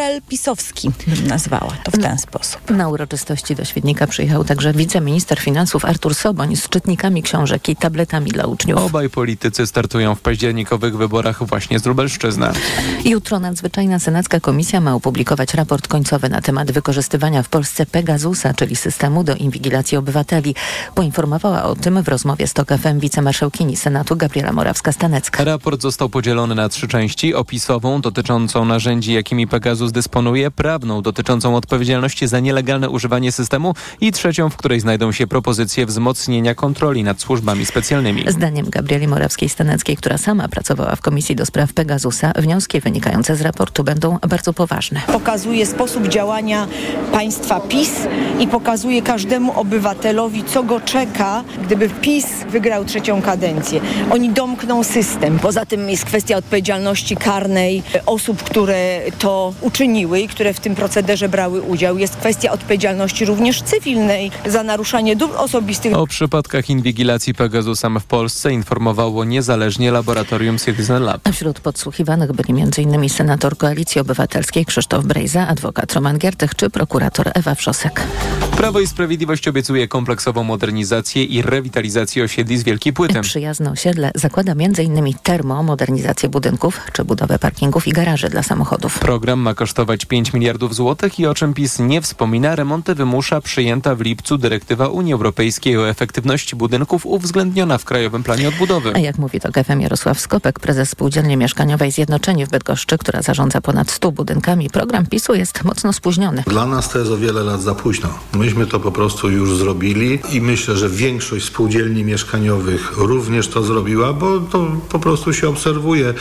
PRL pisowski, bym nazwała to w ten sposób. Na uroczystości do Świdnika przyjechał także wiceminister finansów Artur Soboń z czytnikami książek i tabletami dla uczniów. Obaj politycy startują w październikowych wyborach właśnie z Lubelszczyzny. Jutro nadzwyczajna senacka komisja ma opublikować raport końcowy na temat wykorzystywania w Polsce Pegasusa, czyli systemu do inwigilacji obywateli. Poinformowała o tym w rozmowie z TOK FM wicemarszałkini Senatu Gabriela Morawska-Stanecka. Raport został podzielony na 3 części: opisową dotyczącą narzędzi, jakimi Pegasus dysponuje, prawną dotyczącą odpowiedzialności za nielegalne używanie systemu i 3, w której znajdą się propozycje wzmocnienia kontroli nad służbami specjalnymi. Zdaniem Gabrieli Morawskiej-Staneckiej, która sama pracowała w Komisji do Spraw Pegasusa, wnioski wynikające z raportu będą bardzo poważne. Pokazuje sposób działania państwa PiS i pokazuje każdemu obywatelowi, co go czeka, gdyby PiS wygrał 3. kadencję. Oni domkną system. Poza tym jest kwestia odpowiedzialności karnej osób, które to uczyniły i które w tym procederze brały udział. Jest kwestia odpowiedzialności również cywilnej za naruszanie dóbr osobistych. O przypadkach inwigilacji Pegasusem w Polsce informowało niezależnie laboratorium Citizen Lab. Wśród podsłuchiwanych byli m.in. senator Koalicji Obywatelskiej Krzysztof Brejza, adwokat Roman Giertych czy prokurator Ewa Wrzosek. Prawo i Sprawiedliwość obiecuje kompleksową modernizację i rewitalizację osiedli z Wielkiej Płyty. Przyjazne osiedle zakłada m.in. termomodernizację budynków czy budowę parkingów i garaży dla samochodów. Program ma kosztować 5 miliardów złotych i o czym PiS nie wspomina, remonty wymusza przyjęta w lipcu dyrektywa Unii Europejskiej o efektywności budynków uwzględniona w Krajowym Planie Odbudowy. A jak mówi TOK FM Jarosław Skopek, prezes Spółdzielni Mieszkaniowej Zjednoczeni w Bydgoszczy, która zarządza ponad 100 budynkami, program PiS-u jest mocno spóźniony. Dla nas to jest o wiele lat za późno. Myśmy to po prostu już zrobili i myślę, że większość spółdzielni mieszkaniowych również to zrobiła, bo to po prostu się obserwuje.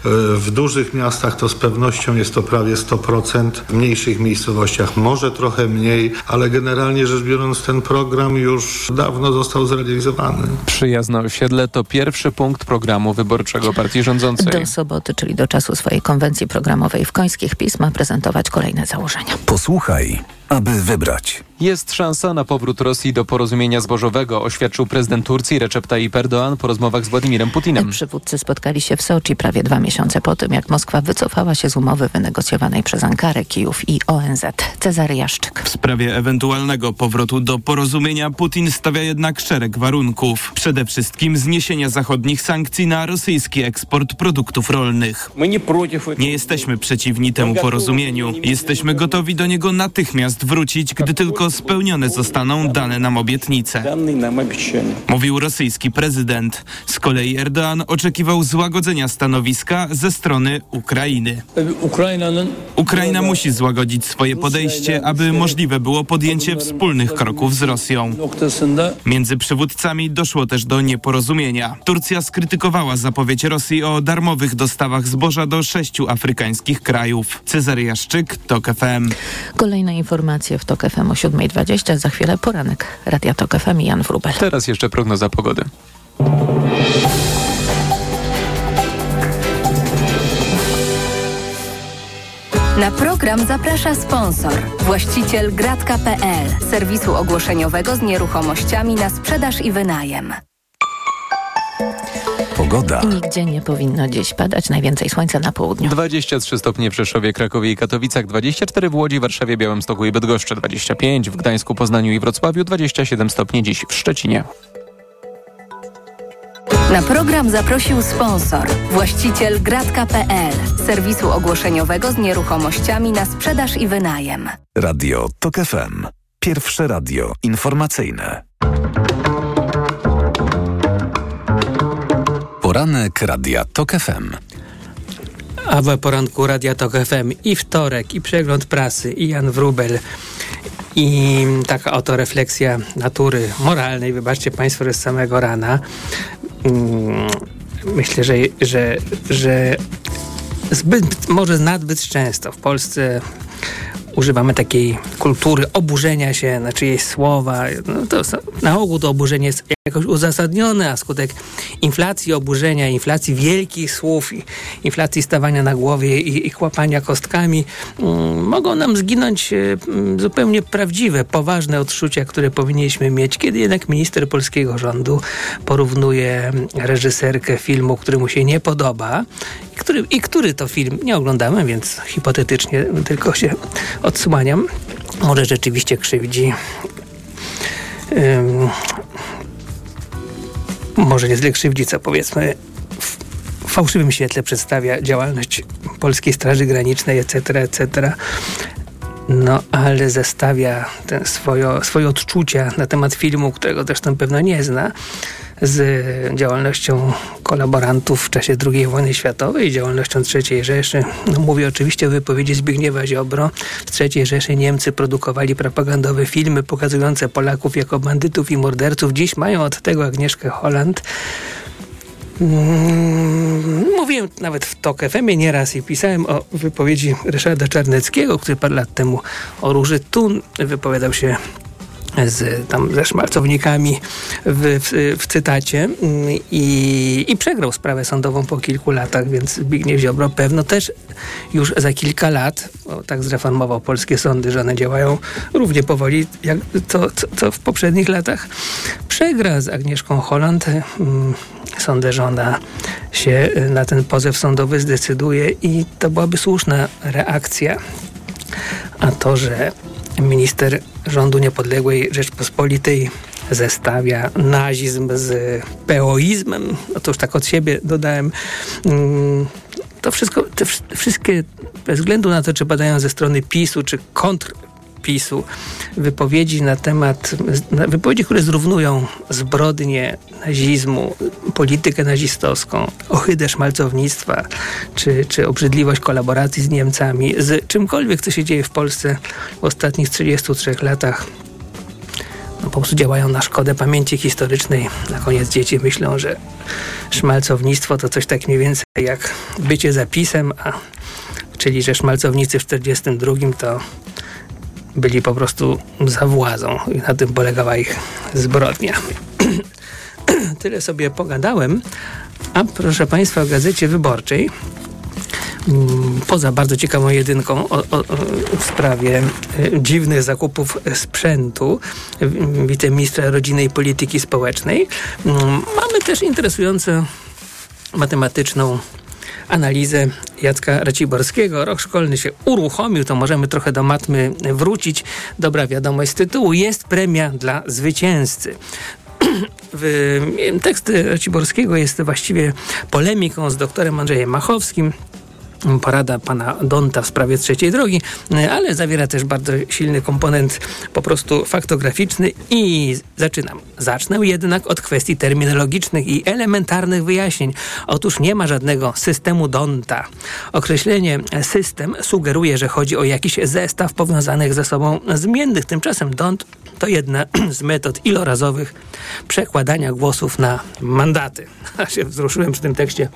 W dużych miastach to z pewnością jest to prawie 100%, w mniejszych miejscowościach może trochę mniej, ale generalnie rzecz biorąc ten program już dawno został zrealizowany. Przyjazne osiedle to pierwszy punkt programu wyborczego partii rządzącej. Do soboty, czyli do czasu swojej konwencji programowej w Końskich, PiS ma prezentować kolejne założenia. Posłuchaj, aby wybrać. Jest szansa na powrót Rosji do porozumienia zbożowego, oświadczył prezydent Turcji Recep Tayyip Erdoğan po rozmowach z Władimirem Putinem. Przywódcy spotkali się w Soczi prawie 2 miesiące po tym, jak Moskwa wycofała się z umowy wynegocjowanej przez Ankarę, Kijów i ONZ. Cezary Jaszczyk. W sprawie ewentualnego powrotu do porozumienia Putin stawia jednak szereg warunków. Przede wszystkim zniesienia zachodnich sankcji na rosyjski eksport produktów rolnych. Nie jesteśmy przeciwni temu porozumieniu. Jesteśmy gotowi do niego natychmiast wrócić, gdy tylko spełnione zostaną dane nam obietnice. Mówił rosyjski prezydent. Z kolei Erdoğan oczekiwał złagodzenia stanowiska ze strony Ukrainy. Ukraina musi złagodzić swoje podejście, aby możliwe było podjęcie wspólnych kroków z Rosją. Między przywódcami doszło też do nieporozumienia. Turcja skrytykowała zapowiedź Rosji o darmowych dostawach zboża do 6 afrykańskich krajów. Cezary Jaszczyk, TOK FM. Kolejne informacje w TOK FM o 7:20. Za chwilę poranek Radia TOK FM i Jan Wróbel. Teraz jeszcze prognoza pogody. Na program zaprasza sponsor, właściciel Gratka.pl, serwisu ogłoszeniowego z nieruchomościami na sprzedaż i wynajem. Pogoda. Nigdzie nie powinno dziś padać, najwięcej słońca na południu. 23 stopnie w Rzeszowie, Krakowie i Katowicach, 24 w Łodzi, Warszawie, Białymstoku i Bydgoszczy, 25 w Gdańsku, Poznaniu i Wrocławiu, 27 stopni dziś w Szczecinie. Na program zaprosił sponsor, właściciel Gratka.pl, serwisu ogłoszeniowego z nieruchomościami na sprzedaż i wynajem. Radio TOK FM. Pierwsze radio informacyjne. Poranek Radia TOK FM. A w poranku Radia TOK FM i wtorek, i przegląd prasy, i Jan Wróbel, i taka oto refleksja natury moralnej. Wybaczcie Państwo, że z samego rana. Myślę, że może nadbyt często w Polsce używamy takiej kultury oburzenia się na czyjeś słowa. No to na ogół to oburzenie jest jakoś uzasadnione, a skutek inflacji oburzenia, inflacji wielkich słów, inflacji stawania na głowie i kłapania kostkami mogą nam zginąć zupełnie prawdziwe, poważne odczucia, które powinniśmy mieć, kiedy jednak minister polskiego rządu porównuje reżyserkę filmu, który mu się nie podoba który to film nie oglądałem, więc hipotetycznie tylko się odsłaniam. Może rzeczywiście krzywdzi. Może nie tyle krzywdzi, co powiedzmy w fałszywym świetle przedstawia działalność Polskiej Straży Granicznej, etc. No, ale zestawia swoje odczucia na temat filmu, którego zresztą pewno nie zna, z działalnością kolaborantów w czasie II wojny światowej, działalnością III Rzeszy. No, mówię oczywiście o wypowiedzi Zbigniewa Ziobro. W III Rzeszy Niemcy produkowali propagandowe filmy pokazujące Polaków jako bandytów i morderców. Dziś mają od tego Agnieszkę Holland. Mówiłem nawet w TOK FM-ie nieraz i pisałem o wypowiedzi Ryszarda Czarneckiego, który parę lat temu o Róży Thun wypowiadał się ze szmalcownikami w cytacie i przegrał sprawę sądową po kilku latach, więc Zbigniew Ziobro pewno też już za kilka lat, tak zreformował polskie sądy, że one działają równie powoli jak co w poprzednich latach, przegra z Agnieszką Holland. Sądzę, że ona się na ten pozew sądowy zdecyduje i to byłaby słuszna reakcja. A to, że minister rządu Niepodległej Rzeczpospolitej zestawia nazizm z peoizmem, no to już tak od siebie dodałem, to wszystko, te wszystkie, bez względu na to, czy padają ze strony PiS-u, czy kontrPiS-u, wypowiedzi, które zrównują zbrodnie nazizmu, politykę nazistowską, ohydę szmalcownictwa, czy obrzydliwość kolaboracji z Niemcami, z czymkolwiek, co się dzieje w Polsce w ostatnich 33 latach, no po prostu działają na szkodę pamięci historycznej. Na koniec dzieci myślą, że szmalcownictwo to coś tak mniej więcej jak bycie zapisem, czyli że szmalcownicy w 1942 to byli po prostu za władzą i na tym polegała ich zbrodnia. Tyle sobie pogadałem, a proszę Państwa, w Gazecie Wyborczej, poza bardzo ciekawą jedynką w sprawie dziwnych zakupów sprzętu wiceministra rodziny i polityki społecznej, mamy też interesującą matematyczną analizę Jacka Raciborskiego. Rok szkolny się uruchomił, to możemy trochę do matmy wrócić. Dobra wiadomość z tytułu: jest premia dla zwycięzcy. Tekst Raciborskiego jest właściwie polemiką z doktorem Andrzejem Machowskim. Porada pana Donta w sprawie trzeciej drogi, ale zawiera też bardzo silny komponent po prostu faktograficzny i zacznę jednak od kwestii terminologicznych i elementarnych wyjaśnień. Otóż nie ma żadnego systemu Donta. Określenie system sugeruje, że chodzi o jakiś zestaw powiązanych ze sobą zmiennych. Tymczasem Dont to jedna z metod ilorazowych przekładania głosów na mandaty. Ja się wzruszyłem przy tym tekście.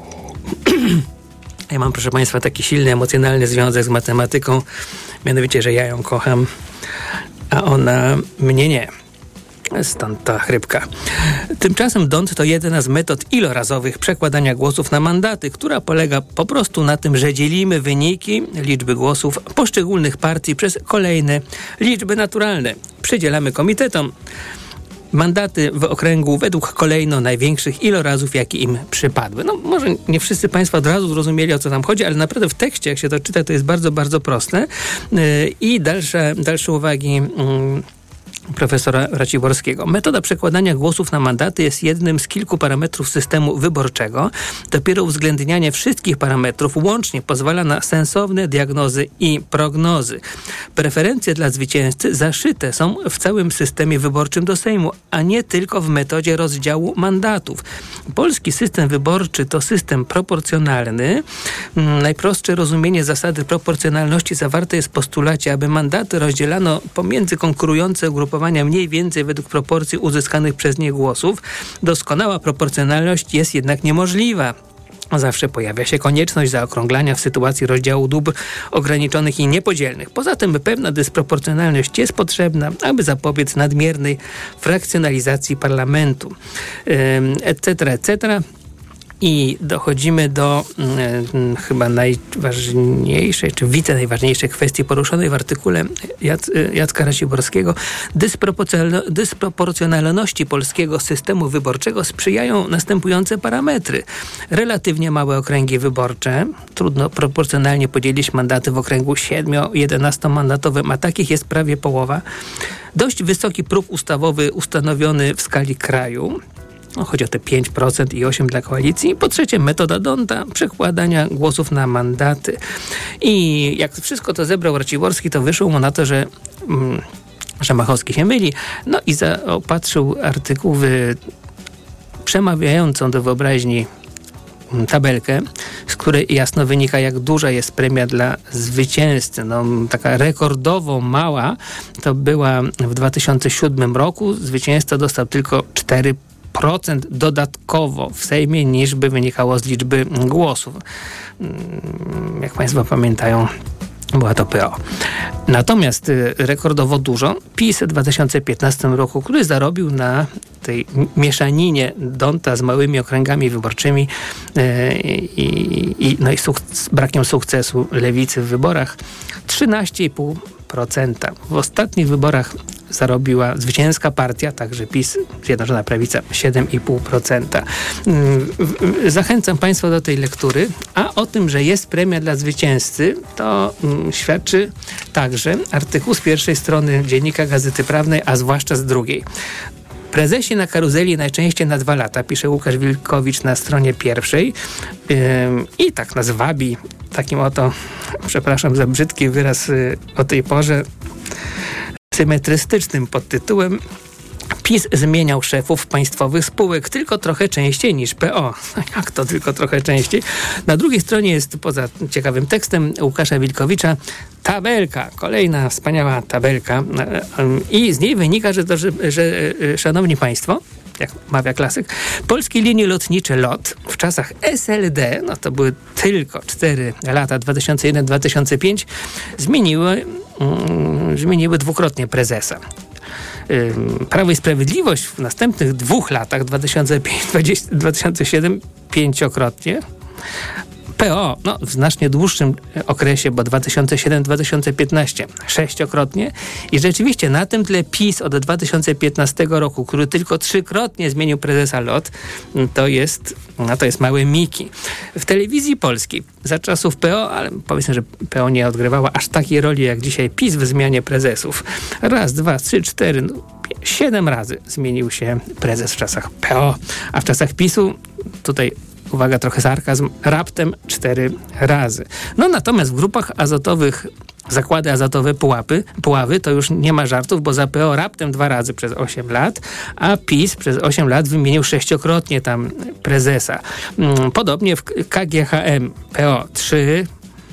Ja mam, proszę Państwa, taki silny, emocjonalny związek z matematyką, mianowicie, że ja ją kocham, a ona mnie nie. Stąd ta chrypka. Tymczasem Dont to jedna z metod ilorazowych przekładania głosów na mandaty, która polega po prostu na tym, że dzielimy wyniki, liczby głosów poszczególnych partii przez kolejne liczby naturalne. Przydzielamy komitetom mandaty w okręgu według kolejno największych ilorazów, jakie im przypadły. No może nie wszyscy Państwo od razu zrozumieli, o co tam chodzi, ale naprawdę w tekście, jak się to czyta, to jest bardzo, bardzo proste. I dalsze uwagi profesora Raciborskiego. Metoda przekładania głosów na mandaty jest jednym z kilku parametrów systemu wyborczego. Dopiero uwzględnianie wszystkich parametrów łącznie pozwala na sensowne diagnozy i prognozy. Preferencje dla zwycięzcy zaszyte są w całym systemie wyborczym do Sejmu, a nie tylko w metodzie rozdziału mandatów. Polski system wyborczy to system proporcjonalny. Najprostsze rozumienie zasady proporcjonalności zawarte jest w postulacie, aby mandaty rozdzielano pomiędzy konkurujące ugrupowania mniej więcej według proporcji uzyskanych przez nie głosów. Doskonała proporcjonalność jest jednak niemożliwa. Zawsze pojawia się konieczność zaokrąglania w sytuacji rozdziału dóbr ograniczonych i niepodzielnych. Poza tym pewna dysproporcjonalność jest potrzebna, aby zapobiec nadmiernej frakcjonalizacji parlamentu, etc., etc. I dochodzimy do chyba najważniejszej, czy najważniejszej kwestii poruszonej w artykule Jacka Raciborskiego. Dysproporcjonalności polskiego systemu wyborczego sprzyjają następujące parametry. Relatywnie małe okręgi wyborcze. Trudno proporcjonalnie podzielić mandaty w okręgu 7-11 mandatowym, a takich jest prawie połowa. Dość wysoki próg ustawowy ustanowiony w skali kraju. Chodzi o te 5% i 8% dla koalicji. Po trzecie, metoda D'Hondta, przekładania głosów na mandaty. I jak wszystko to zebrał Raciborski, to wyszło mu na to, że Machowski się myli. No i zaopatrzył artykuł w przemawiającą do wyobraźni tabelkę, z której jasno wynika, jak duża jest premia dla zwycięzcy. Taka rekordowo mała to była w 2007 roku. Zwycięzca dostał tylko 4% dodatkowo w Sejmie, niż by wynikało z liczby głosów. Jak Państwo pamiętają, była to PO. Natomiast rekordowo dużo PiS w 2015 roku, który zarobił na tej mieszaninie D'Hondta z małymi okręgami wyborczymi i brakiem sukcesu lewicy w wyborach 13,5%. W ostatnich wyborach zarobiła zwycięska partia, także PiS, Zjednoczona Prawica, 7,5%. Zachęcam Państwa do tej lektury, a o tym, że jest premia dla zwycięzcy, to świadczy także artykuł z pierwszej strony Dziennika Gazety Prawnej, a zwłaszcza z drugiej. Prezesi na karuzeli najczęściej na 2 lata, pisze Łukasz Wilkowicz na stronie pierwszej i tak nas wabi takim oto, przepraszam za brzydki wyraz o tej porze, symetrystycznym podtytułem: PiS zmieniał szefów państwowych spółek tylko trochę częściej niż PO. Jak to tylko trochę częściej? Na drugiej stronie jest, poza ciekawym tekstem Łukasza Wilkowicza, tabelka, kolejna wspaniała tabelka i z niej wynika, że szanowni państwo, jak mawia klasyk, polskie linie lotnicze LOT w czasach SLD, to były tylko 4 lata, 2001-2005, zmieniły dwukrotnie prezesa. Prawo i Sprawiedliwość w następnych 2 latach, 2005-2007, 5-krotnie. PO w znacznie dłuższym okresie, bo 2007-2015 6-krotnie i rzeczywiście na tym tle PiS od 2015 roku, który tylko 3-krotnie zmienił prezesa LOT, to jest małe Miki. W telewizji polskiej za czasów PO, ale powiedzmy, że PO nie odgrywała aż takiej roli jak dzisiaj PiS w zmianie prezesów. 1, 2, 3, 4, 7 razy zmienił się prezes w czasach PO, a w czasach PiS-u tutaj uwaga, trochę sarkazm, raptem 4 razy. Natomiast w grupach azotowych, zakłady azotowe Puławy, to już nie ma żartów, bo za PO raptem 2 razy przez 8 lat, a PiS przez 8 lat wymienił 6-krotnie tam prezesa. Podobnie w KGHM PO 3,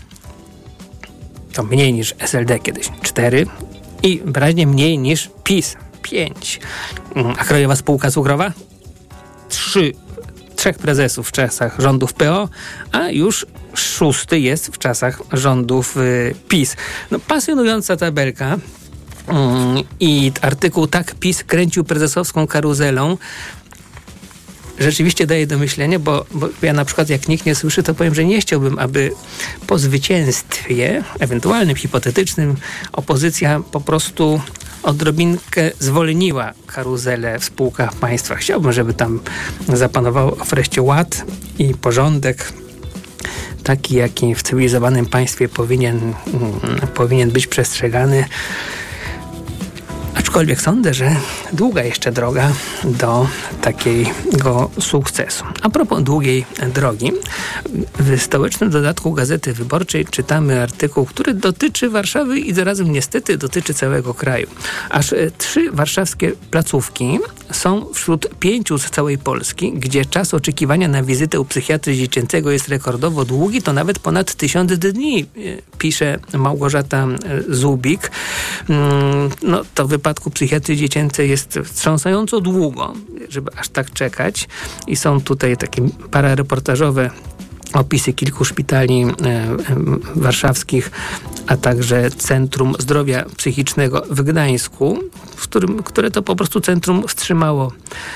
to mniej niż SLD kiedyś 4 i wyraźnie mniej niż PiS 5. A Krajowa Spółka Cukrowa 3 prezesów w czasach rządów PO, a już 6 jest w czasach rządów PiS. Pasjonująca tabelka i artykuł "Tak PiS kręcił prezesowską karuzelą" rzeczywiście daje do myślenia, bo ja na przykład jak nikt nie słyszy, to powiem, że nie chciałbym, aby po zwycięstwie, ewentualnym, hipotetycznym, opozycja po prostu odrobinkę zwolniła karuzelę w spółkach państwa. Chciałbym, żeby tam zapanował wreszcie ład i porządek, taki, jaki w cywilizowanym państwie powinien być przestrzegany. Aczkolwiek sądzę, że długa jeszcze droga do takiego sukcesu. A propos długiej drogi, w stołecznym dodatku Gazety Wyborczej czytamy artykuł, który dotyczy Warszawy i zarazem niestety dotyczy całego kraju. Aż 3 warszawskie placówki są wśród 5 z całej Polski, gdzie czas oczekiwania na wizytę u psychiatry dziecięcego jest rekordowo długi, to nawet ponad 1000 dni, pisze Małgorzata Zubik. To w wypadku psychiatrii dziecięcej jest wstrząsająco długo, żeby aż tak czekać. I są tutaj takie parareportażowe opisy kilku szpitali warszawskich, a także Centrum Zdrowia Psychicznego w Gdańsku, które to po prostu centrum wstrzymało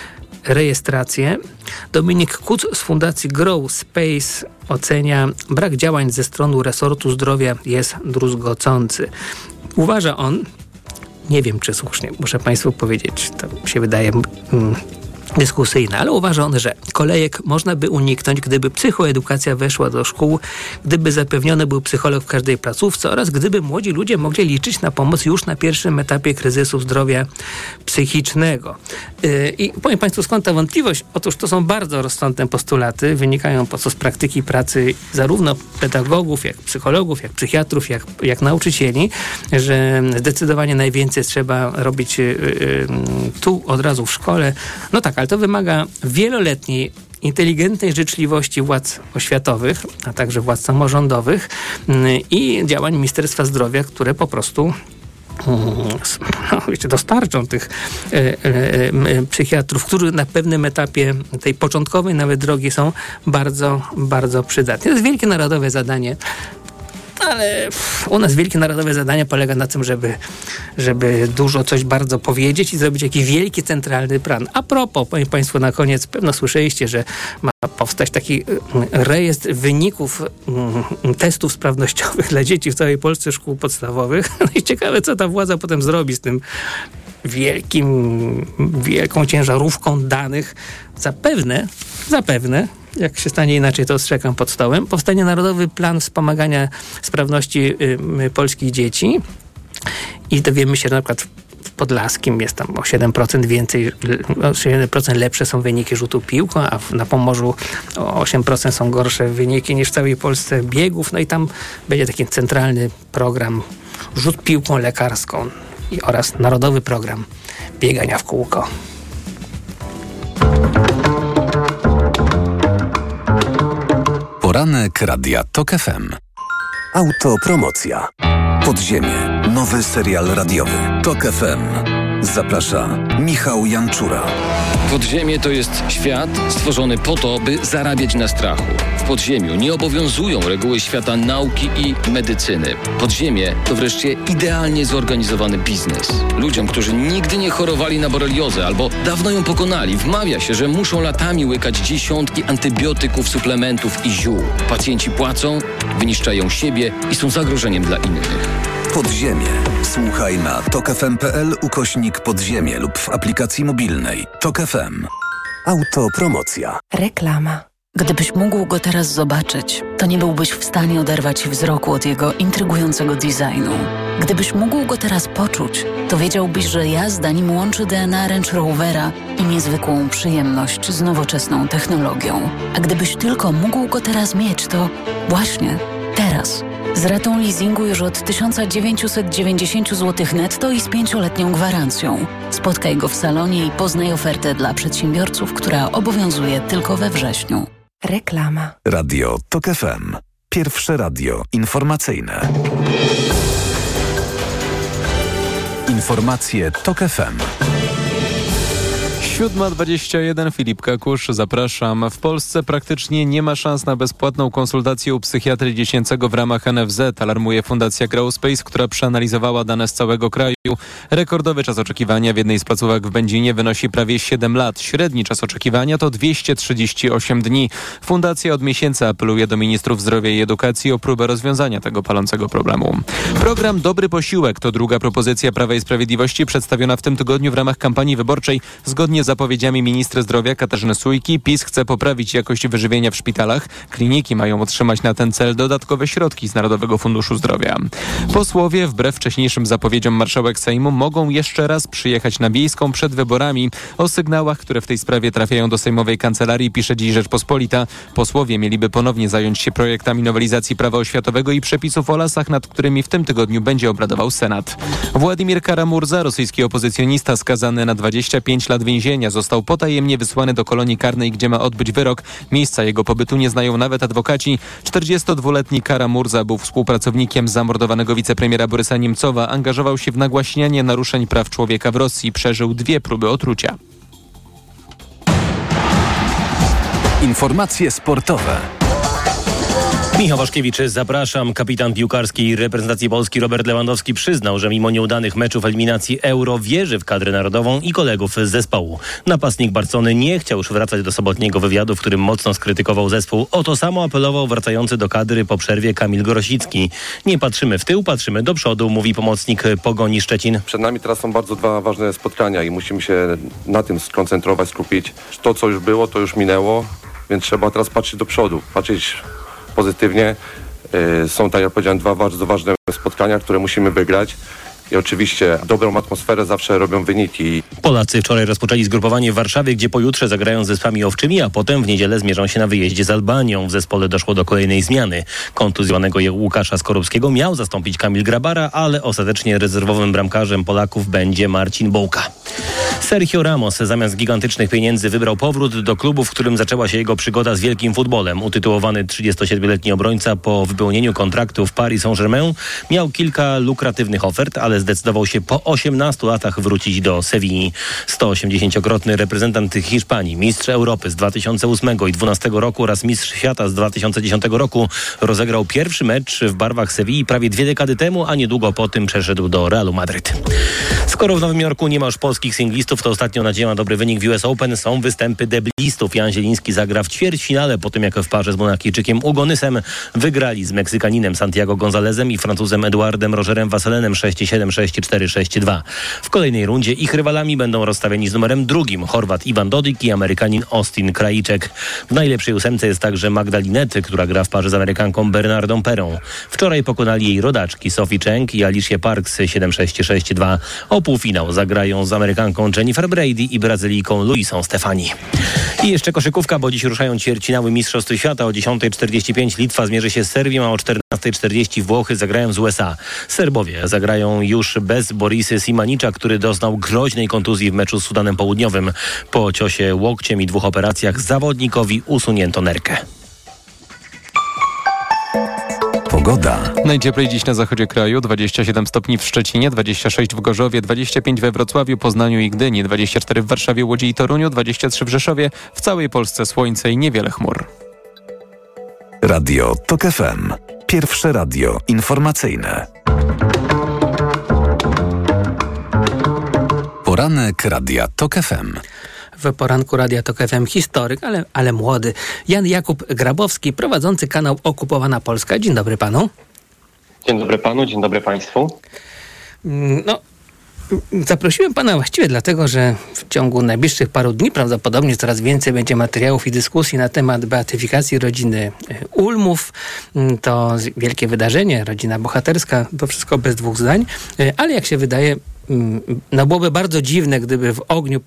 rejestrację. Dominik Kuc z Fundacji Grow Space ocenia, brak działań ze strony resortu zdrowia jest druzgocący. Uważa on, nie wiem czy słusznie, muszę Państwu powiedzieć, to się wydaje dyskusyjne, ale uważa on, że kolejek można by uniknąć, gdyby psychoedukacja weszła do szkół, gdyby zapewniony był psycholog w każdej placówce oraz gdyby młodzi ludzie mogli liczyć na pomoc już na pierwszym etapie kryzysu zdrowia psychicznego. I powiem Państwu, skąd ta wątpliwość? Otóż to są bardzo rozsądne postulaty, wynikają po co z praktyki pracy zarówno pedagogów, jak psychologów, jak psychiatrów, jak nauczycieli, że zdecydowanie najwięcej trzeba robić tu od razu w szkole. No tak, ale to wymaga wieloletniej, inteligentnej życzliwości władz oświatowych, a także władz samorządowych i działań Ministerstwa Zdrowia, które po prostu dostarczą tych psychiatrów, którzy na pewnym etapie tej początkowej nawet drogi są bardzo, bardzo przydatni. To jest wielkie narodowe zadanie. Ale u nas wielkie narodowe zadanie polega na tym, żeby dużo coś bardzo powiedzieć i zrobić jakiś wielki, centralny plan. A propos, powiem Państwu na koniec, pewno słyszeliście, że ma powstać taki rejestr wyników testów sprawnościowych dla dzieci w całej Polsce szkół podstawowych. No i ciekawe, co ta władza potem zrobi z tym wielką ciężarówką danych. Zapewne, jak się stanie inaczej, to ostrzegam pod stołem, powstanie Narodowy Plan Wspomagania Sprawności polskich dzieci i dowiemy się, na przykład w Podlaskim jest tam o 7% więcej, o 7% lepsze są wyniki rzutu piłką, a na Pomorzu o 8% są gorsze wyniki niż w całej Polsce biegów. No i tam będzie taki centralny program rzut piłką lekarską oraz Narodowy Program Biegania w kółko. Poranek Radia TOK FM. Autopromocja. Podziemie. Nowy serial radiowy. TOK FM. Zaprasza Michał Janczura. Podziemie to jest świat stworzony po to, by zarabiać na strachu. W podziemiu nie obowiązują reguły świata nauki i medycyny. Podziemie to wreszcie idealnie zorganizowany biznes. Ludziom, którzy nigdy nie chorowali na boreliozę albo dawno ją pokonali, wmawia się, że muszą latami łykać dziesiątki antybiotyków, suplementów i ziół. Pacjenci płacą, wyniszczają siebie i są zagrożeniem dla innych. Podziemie. Słuchaj na tokfm.pl/podziemie lub w aplikacji mobilnej TOK FM. Autopromocja. Reklama. Gdybyś mógł go teraz zobaczyć, to nie byłbyś w stanie oderwać wzroku od jego intrygującego designu. Gdybyś mógł go teraz poczuć, to wiedziałbyś, że jazda nim łączy DNA Range Rovera i niezwykłą przyjemność z nowoczesną technologią. A gdybyś tylko mógł go teraz mieć, to właśnie teraz. Z ratą leasingu już od 1990 zł netto i z 5-letnią gwarancją. Spotkaj go w salonie i poznaj ofertę dla przedsiębiorców, która obowiązuje tylko we wrześniu. Reklama. Radio TOK FM. Pierwsze radio informacyjne. Informacje TOK FM. 7:21, Filip Kakusz, zapraszam. W Polsce praktycznie nie ma szans na bezpłatną konsultację u psychiatry dziecięcego w ramach NFZ, alarmuje Fundacja Grow Space, która przeanalizowała dane z całego kraju. Rekordowy czas oczekiwania w jednej z placówek w Będzinie wynosi prawie 7 lat. Średni czas oczekiwania to 238 dni. Fundacja od miesięcy apeluje do ministrów zdrowia i edukacji o próbę rozwiązania tego palącego problemu. Program Dobry Posiłek to druga propozycja Prawa i Sprawiedliwości przedstawiona w tym tygodniu w ramach kampanii wyborczej. Zgodnie z zapowiedziami ministra zdrowia Katarzyny Sójki, PiS chce poprawić jakość wyżywienia w szpitalach. Kliniki mają otrzymać na ten cel dodatkowe środki z Narodowego Funduszu Zdrowia. Posłowie, wbrew wcześniejszym zapowiedziom marszałek Sejmu, mogą jeszcze raz przyjechać na Biejską przed wyborami. O sygnałach, które w tej sprawie trafiają do sejmowej kancelarii, pisze dziś Rzeczpospolita. Posłowie mieliby ponownie zająć się projektami nowelizacji prawa oświatowego i przepisów o lasach, nad którymi w tym tygodniu będzie obradował Senat. Władimir Kara-Murza, rosyjski opozycjonista skazany na 25 lat więzienia, został potajemnie wysłany do kolonii karnej, gdzie ma odbyć wyrok. Miejsca jego pobytu nie znają nawet adwokaci. 42-letni Kara-Murza był współpracownikiem zamordowanego wicepremiera Borysa Niemcowa. Angażował się w nagłaśnianie naruszeń praw człowieka w Rosji. Przeżył 2 próby otrucia. Informacje sportowe. Michał Waszkiewicz, zapraszam. Kapitan piłkarskiej reprezentacji Polski Robert Lewandowski przyznał, że mimo nieudanych meczów eliminacji Euro wierzy w kadrę narodową i kolegów z zespołu. Napastnik Barcelony nie chciał już wracać do sobotniego wywiadu, w którym mocno skrytykował zespół. O to samo apelował wracający do kadry po przerwie Kamil Grosicki. Nie patrzymy w tył, patrzymy do przodu, mówi pomocnik Pogoni Szczecin. Przed nami teraz są bardzo dwa ważne spotkania i musimy się na tym skoncentrować, skupić. To, co już było, to już minęło, więc trzeba teraz patrzeć do przodu, patrzeć pozytywnie. Są, tak jak powiedziałem, dwa bardzo ważne spotkania, które musimy wygrać. I oczywiście dobrą atmosferę zawsze robią wyniki. Polacy wczoraj rozpoczęli zgrupowanie w Warszawie, gdzie pojutrze zagrają z Wyspami Owczymi, a potem w niedzielę zmierzą się na wyjeździe z Albanią. W zespole doszło do kolejnej zmiany. Kontuzjowanego Łukasza Skorupskiego miał zastąpić Kamil Grabara, ale ostatecznie rezerwowym bramkarzem Polaków będzie Marcin Bołka. Sergio Ramos zamiast gigantycznych pieniędzy wybrał powrót do klubu, w którym zaczęła się jego przygoda z wielkim futbolem. Utytułowany 37-letni obrońca po wypełnieniu kontraktu w Paris Saint-Germain miał kilka lukratywnych ofert, ale zdecydował się po 18 latach wrócić do Sewilli. 180-krotny reprezentant Hiszpanii, mistrz Europy z 2008 i 2012 roku oraz mistrz świata z 2010 roku rozegrał pierwszy mecz w barwach Sewilli prawie 2 dekady temu, a niedługo po tym przeszedł do Realu Madryt. Skoro w Nowym Jorku nie ma już polskich singlistów, to ostatnio nadzieja na dobry wynik w US Open są występy deblistów. Jan Zieliński zagra w ćwierćfinale po tym, jak w parze z Monakijczykiem Ugonysem wygrali z Meksykaninem Santiago Gonzalezem i Francuzem Eduardem Rogerem Wasselenem 6-7, 6-4, 6-2. W kolejnej rundzie ich rywalami będą rozstawieni z numerem 2 Chorwat Iwan Dodik i Amerykanin Austin Krajicek. W najlepszej 8 jest także Magdalinety, która gra w parze z Amerykanką Bernardą Perą. Wczoraj pokonali jej rodaczki Sophie Cheng i Alicia Parks 7-6, 6-2. O półfinał zagrają z Amerykanką Jennifer Brady i Brazylijką Luisą Stefani. I jeszcze koszykówka, bo dziś ruszają ćwierćfinały Mistrzostw Świata. O 10:45 Litwa zmierzy się z Serbią, a o 14:40 Włochy zagrają z USA. Serbowie zagrają już bez Borisy Simanicza, który doznał groźnej kontuzji w meczu z Sudanem Południowym. Po ciosie łokciem i 2 operacjach zawodnikowi usunięto nerkę. Pogoda. Najcieplej dziś na zachodzie kraju, 27 stopni w Szczecinie, 26 w Gorzowie, 25 we Wrocławiu, Poznaniu i Gdyni, 24 w Warszawie, Łodzi i Toruniu, 23 w Rzeszowie. W całej Polsce słońce i niewiele chmur. Radio TOK FM. Pierwsze radio informacyjne. Poranek Radia TOK FM. W poranku Radia TOK FM historyk, ale młody. Jan Jakub Grabowski, prowadzący kanał Okupowana Polska. Dzień dobry panu. Dzień dobry panu, dzień dobry państwu. Zaprosiłem pana właściwie dlatego, że w ciągu najbliższych paru dni prawdopodobnie coraz więcej będzie materiałów i dyskusji na temat beatyfikacji rodziny Ulmów. To wielkie wydarzenie, rodzina bohaterska, to wszystko bez 2 zdań, ale jak się wydaje, byłoby bardzo dziwne, gdyby w ogniu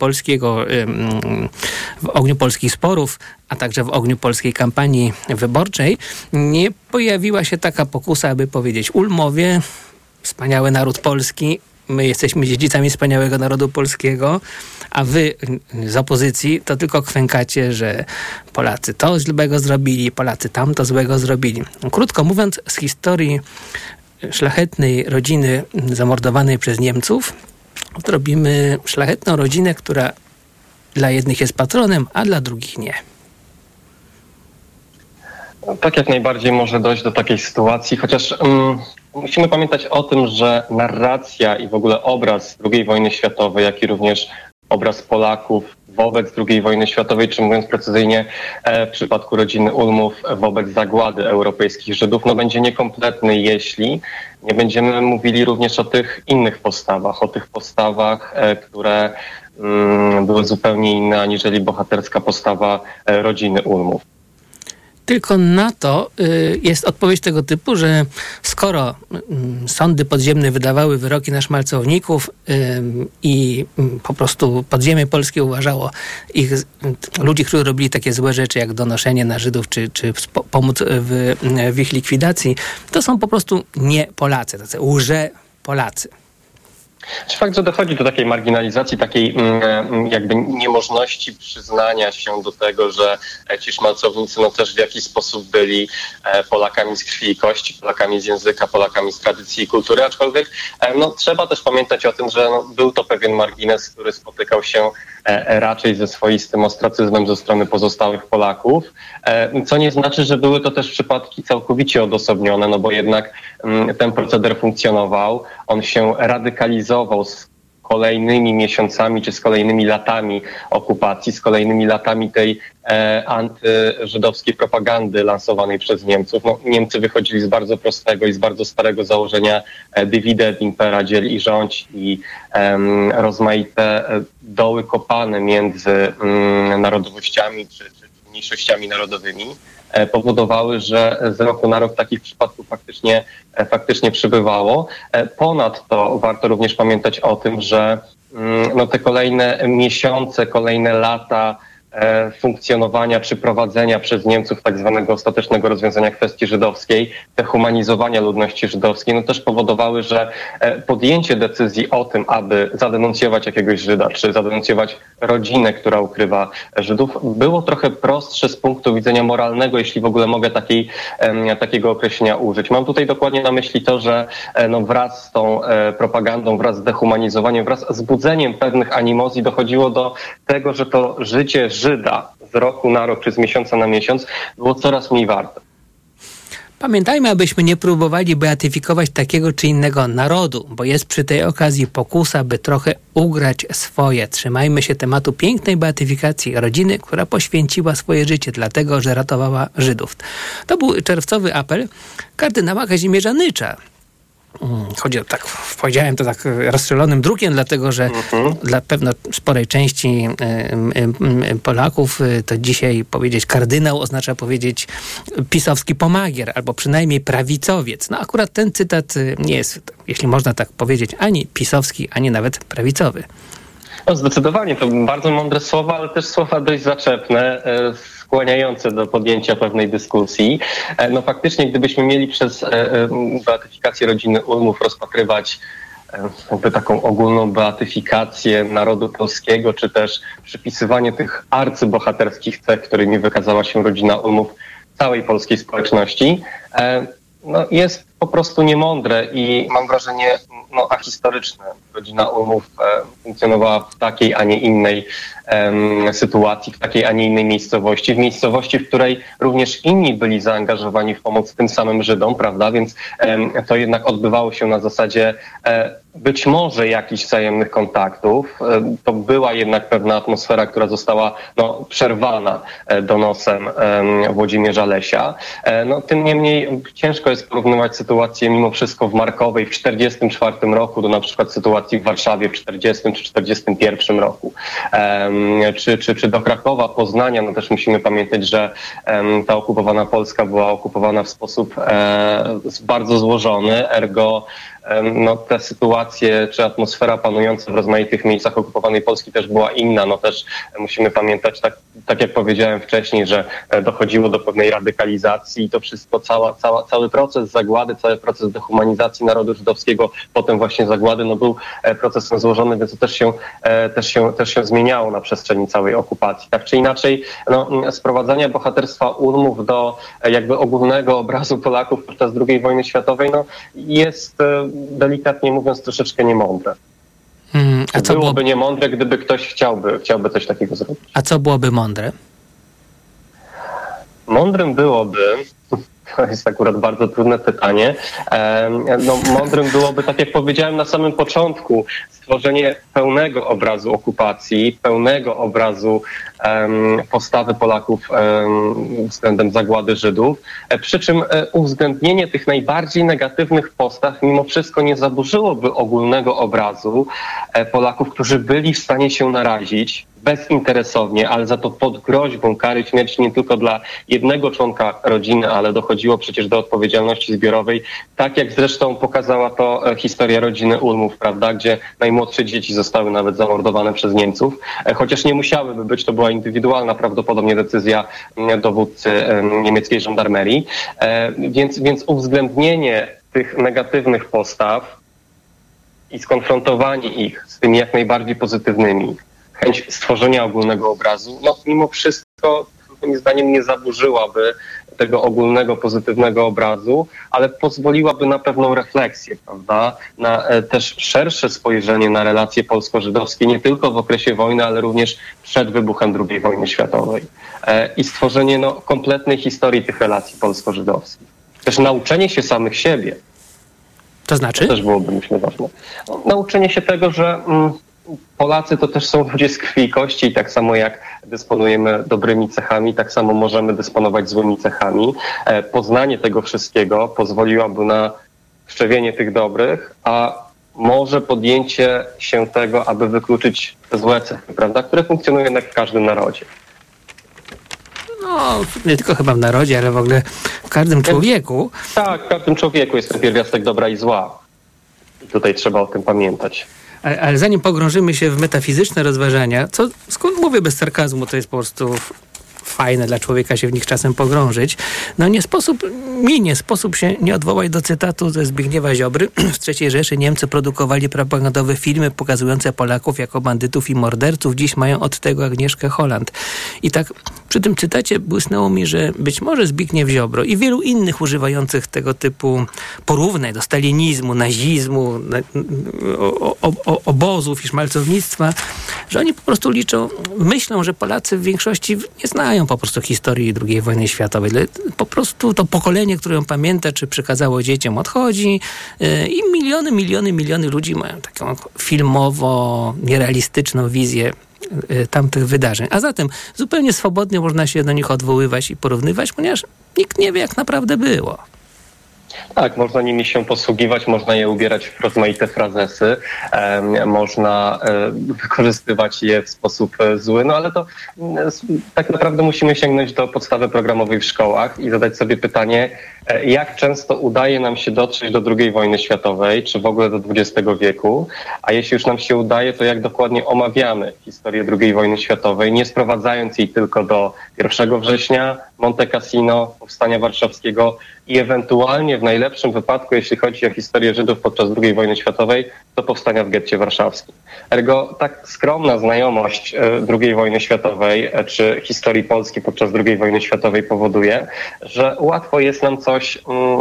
polskich sporów, a także w ogniu polskiej kampanii wyborczej nie pojawiła się taka pokusa, aby powiedzieć: Ulmowie, wspaniały naród polski, my jesteśmy dziedzicami wspaniałego narodu polskiego, a wy z opozycji to tylko kwękacie, że Polacy to złego zrobili, Polacy tamto złego zrobili. Krótko mówiąc, z historii szlachetnej rodziny zamordowanej przez Niemców zrobimy szlachetną rodzinę, która dla jednych jest patronem, a dla drugich nie. Tak, jak najbardziej może dojść do takiej sytuacji, chociaż musimy pamiętać o tym, że narracja i w ogóle obraz II wojny światowej, jak i również obraz Polaków wobec II wojny światowej, czy mówiąc precyzyjnie w przypadku rodziny Ulmów wobec zagłady europejskich Żydów, będzie niekompletny, jeśli nie będziemy mówili również o tych innych postawach, które były zupełnie inne aniżeli bohaterska postawa rodziny Ulmów. Tylko na to jest odpowiedź tego typu, że skoro sądy podziemne wydawały wyroki na szmalcowników i po prostu podziemie polskie uważało ludzi, którzy robili takie złe rzeczy jak donoszenie na Żydów czy pomóc w ich likwidacji, to są po prostu nie Polacy, tacy łże Polacy. Fakt, że dochodzi do takiej marginalizacji, takiej jakby niemożności przyznania się do tego, że ci szmalcownicy też w jakiś sposób byli Polakami z krwi i kości, Polakami z języka, Polakami z tradycji i kultury, aczkolwiek trzeba też pamiętać o tym, że był to pewien margines, który spotykał się raczej ze swoistym ostracyzmem ze strony pozostałych Polaków, co nie znaczy, że były to też przypadki całkowicie odosobnione, bo jednak ten proceder funkcjonował, on się radykalizował z kolejnymi miesiącami czy z kolejnymi latami okupacji, z kolejnymi latami tej antyżydowskiej propagandy lansowanej przez Niemców. Niemcy wychodzili z bardzo prostego i z bardzo starego założenia divide et impera, dziel i rządź, i rozmaite doły kopane między narodowościami czy mniejszościami narodowymi powodowały, że z roku na rok takich przypadków faktycznie przybywało. Ponadto warto również pamiętać o tym, że te kolejne miesiące, kolejne lata funkcjonowania czy prowadzenia przez Niemców tak zwanego ostatecznego rozwiązania kwestii żydowskiej, dehumanizowania ludności żydowskiej, też powodowały, że podjęcie decyzji o tym, aby zadenuncjować jakiegoś Żyda, czy zadenuncjować rodzinę, która ukrywa Żydów, było trochę prostsze z punktu widzenia moralnego, jeśli w ogóle mogę takiego określenia użyć. Mam tutaj dokładnie na myśli to, że wraz z tą propagandą, wraz z dehumanizowaniem, wraz z budzeniem pewnych animozji dochodziło do tego, że to życie Żyda z roku na rok czy z miesiąca na miesiąc było coraz mniej warte. Pamiętajmy, abyśmy nie próbowali beatyfikować takiego czy innego narodu, bo jest przy tej okazji pokusa, by trochę ugrać swoje. Trzymajmy się tematu pięknej beatyfikacji rodziny, która poświęciła swoje życie dlatego, że ratowała Żydów. To był czerwcowy apel kardynała Kazimierza Nycza. Chodzi o powiedziałem to tak rozstrzelonym drukiem, dlatego że dla pewno sporej części Polaków to dzisiaj powiedzieć kardynał oznacza powiedzieć pisowski pomagier, albo przynajmniej prawicowiec. Akurat ten cytat nie jest, jeśli można tak powiedzieć, ani pisowski, ani nawet prawicowy. Zdecydowanie, to bardzo mądre słowa, ale też słowa dość zaczepne, skłaniające do podjęcia pewnej dyskusji. Faktycznie, gdybyśmy mieli przez beatyfikację rodziny Ulmów rozpatrywać taką ogólną beatyfikację narodu polskiego, czy też przypisywanie tych arcybohaterskich cech, którymi wykazała się rodzina Ulmów całej polskiej społeczności, jest po prostu niemądre i mam wrażenie ahistoryczne. Rodzina Ulmów funkcjonowała w takiej, a nie innej sytuacji, w takiej, a nie innej miejscowości, w miejscowości, w której również inni byli zaangażowani w pomoc tym samym Żydom, prawda? Więc to jednak odbywało się na zasadzie być może jakichś wzajemnych kontaktów. To była jednak pewna atmosfera, która została przerwana donosem Włodzimierza Lesia. Tym niemniej ciężko jest porównywać sytuację mimo wszystko w Markowej w 1944 roku do na przykład sytuacji w Warszawie w 1940 czy 1941 roku. Czy do Krakowa, Poznania, też musimy pamiętać, że ta okupowana Polska była okupowana w sposób bardzo złożony, ergo te sytuacje czy atmosfera panująca w rozmaitych miejscach okupowanej Polski też była inna. Też musimy pamiętać, tak jak powiedziałem wcześniej, że dochodziło do pewnej radykalizacji i to wszystko, cały proces zagłady, cały proces dehumanizacji narodu żydowskiego, potem właśnie zagłady, był procesem złożony, więc to też się zmieniało na przestrzeni całej okupacji. Tak czy inaczej, sprowadzania bohaterstwa Ulmów do jakby ogólnego obrazu Polaków podczas II wojny światowej, jest delikatnie mówiąc troszeczkę niemądre. A co byłoby niemądre, gdyby ktoś chciałby coś takiego zrobić. A co byłoby mądre? Mądrym byłoby, to jest akurat bardzo trudne pytanie, mądrym byłoby, tak jak powiedziałem na samym początku, stworzenie pełnego obrazu okupacji, pełnego obrazu postawy Polaków względem zagłady Żydów, przy czym uwzględnienie tych najbardziej negatywnych postaw mimo wszystko nie zaburzyłoby ogólnego obrazu Polaków, którzy byli w stanie się narazić bezinteresownie, ale za to pod groźbą kary śmierci nie tylko dla jednego członka rodziny, ale dochodziło przecież do odpowiedzialności zbiorowej, tak jak zresztą pokazała to historia rodziny Ulmów, prawda, gdzie najmłodsze dzieci zostały nawet zamordowane przez Niemców, chociaż nie musiałyby być, to była indywidualna prawdopodobnie decyzja dowódcy niemieckiej żandarmerii, więc uwzględnienie tych negatywnych postaw i skonfrontowanie ich z tymi jak najbardziej pozytywnymi, chęć stworzenia ogólnego obrazu, no mimo wszystko moim zdaniem nie zaburzyłaby tego ogólnego, pozytywnego obrazu, ale pozwoliłaby na pewną refleksję, prawda? Na też szersze spojrzenie na relacje polsko-żydowskie, nie tylko w okresie wojny, ale również przed wybuchem II wojny światowej. I stworzenie kompletnej historii tych relacji polsko-żydowskich. Też nauczenie się samych siebie. To znaczy? To też byłoby, myślę, ważne. Nauczenie się tego, że Polacy to też są ludzie z krwi i kości i tak samo jak dysponujemy dobrymi cechami, tak samo możemy dysponować złymi cechami. Poznanie tego wszystkiego pozwoliłoby na wszczepienie tych dobrych, a może podjęcie się tego, aby wykluczyć te złe cechy, prawda, które funkcjonują jednak w każdym narodzie. No, nie tylko chyba w narodzie, ale w ogóle w każdym człowieku. Tak, w każdym człowieku jest ten pierwiastek dobra i zła. I tutaj trzeba o tym pamiętać. Ale zanim pogrążymy się w metafizyczne rozważania, skąd mówię bez sarkazmu, to jest po prostu fajne dla człowieka się w nich czasem pogrążyć. No nie sposób się nie odwołać do cytatu ze Zbigniewa Ziobry. W III Rzeszy Niemcy produkowali propagandowe filmy pokazujące Polaków jako bandytów i morderców. Dziś mają od tego Agnieszkę Holland. I tak przy tym cytacie błysnęło mi, że być może Zbigniew Ziobro i wielu innych używających tego typu porównań do stalinizmu, nazizmu, obozów i szmalcownictwa, że oni po prostu myślą, że Polacy w większości nie znają po prostu historii II wojny światowej. Po prostu to pokolenie, które ją pamięta, czy przekazało dzieciom, odchodzi i miliony ludzi mają taką filmowo nierealistyczną wizję tamtych wydarzeń. A zatem zupełnie swobodnie można się do nich odwoływać i porównywać, ponieważ nikt nie wie, jak naprawdę było. Tak, można nimi się posługiwać, można je ubierać w rozmaite frazesy, można wykorzystywać je w sposób zły, no ale to tak naprawdę musimy sięgnąć do podstawy programowej w szkołach i zadać sobie pytanie, jak często udaje nam się dotrzeć do II wojny światowej, czy w ogóle do XX wieku, a jeśli już nam się udaje, to jak dokładnie omawiamy historię II wojny światowej, nie sprowadzając jej tylko do 1 września, Monte Cassino, Powstania Warszawskiego i ewentualnie w najlepszym wypadku, jeśli chodzi o historię Żydów podczas II wojny światowej, do powstania w getcie warszawskim. Ergo tak skromna znajomość II wojny światowej czy historii Polski podczas II wojny światowej powoduje, że łatwo jest nam coś,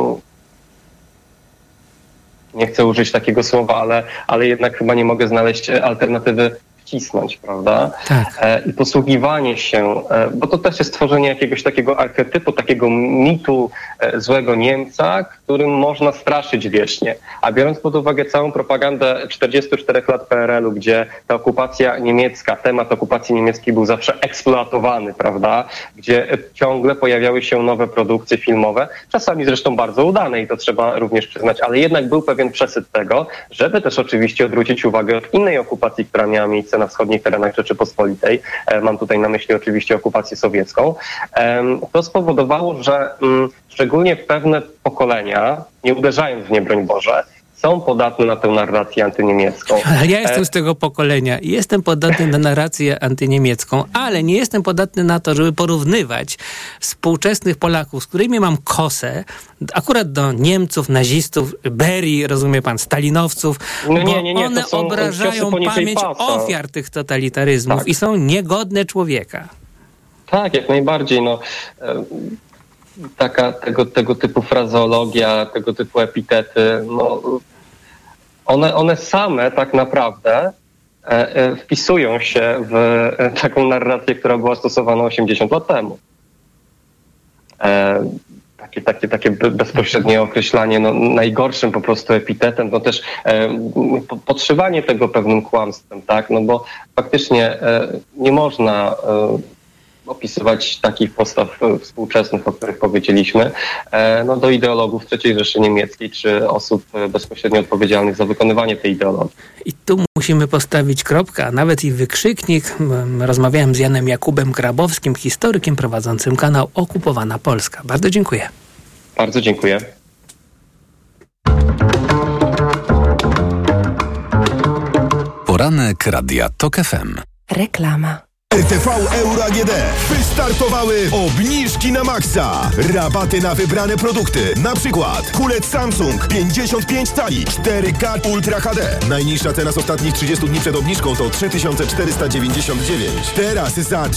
nie chcę użyć takiego słowa, ale jednak chyba nie mogę znaleźć alternatywy, wcisnąć, prawda? Tak. I posługiwanie się, bo to też jest tworzenie jakiegoś takiego archetypu, takiego mitu złego Niemca, którym można straszyć wiecznie. A biorąc pod uwagę całą propagandę 44 lat PRL-u, gdzie ta okupacja niemiecka, temat okupacji niemieckiej był zawsze eksploatowany, prawda? Gdzie ciągle pojawiały się nowe produkcje filmowe, czasami zresztą bardzo udane i to trzeba również przyznać, ale jednak był pewien przesyt tego, żeby też oczywiście odwrócić uwagę od innej okupacji, która miała miejsce na wschodnich terenach Rzeczypospolitej. Mam tutaj na myśli oczywiście okupację sowiecką. To spowodowało, że szczególnie pewne pokolenia, nie uderzając w nie, broń Boże, są podatne na tę narrację antyniemiecką. Ja jestem z tego pokolenia i jestem podatny na narrację antyniemiecką, ale nie jestem podatny na to, żeby porównywać współczesnych Polaków, z którymi mam kosę, akurat do Niemców, nazistów, Berii, rozumie pan, stalinowców, bo one obrażają pamięć ofiar tych totalitaryzmów i są niegodne człowieka. Tak, jak najbardziej. Tego typu frazeologia, tego typu epitety, one same tak naprawdę wpisują się w taką narrację, która była stosowana 80 lat temu. Takie bezpośrednie określanie najgorszym po prostu epitetem, też podszywanie tego pewnym kłamstwem, tak? Bo faktycznie nie można opisywać takich postaw współczesnych, o których powiedzieliśmy, do ideologów III Rzeszy Niemieckiej, czy osób bezpośrednio odpowiedzialnych za wykonywanie tej ideologii. I tu musimy postawić kropkę, a nawet i wykrzyknik. Rozmawiałem z Janem Jakubem Grabowskim, historykiem prowadzącym kanał Okupowana Polska. Bardzo dziękuję. Bardzo dziękuję. Poranek Radia TOK FM. Reklama. RTV Euro AGD. Wystartowały obniżki na maksa. Rabaty na wybrane produkty. Na przykład kulec Samsung 55 cali 4K Ultra HD. Najniższa cena z ostatnich 30 dni przed obniżką to 3499. Teraz za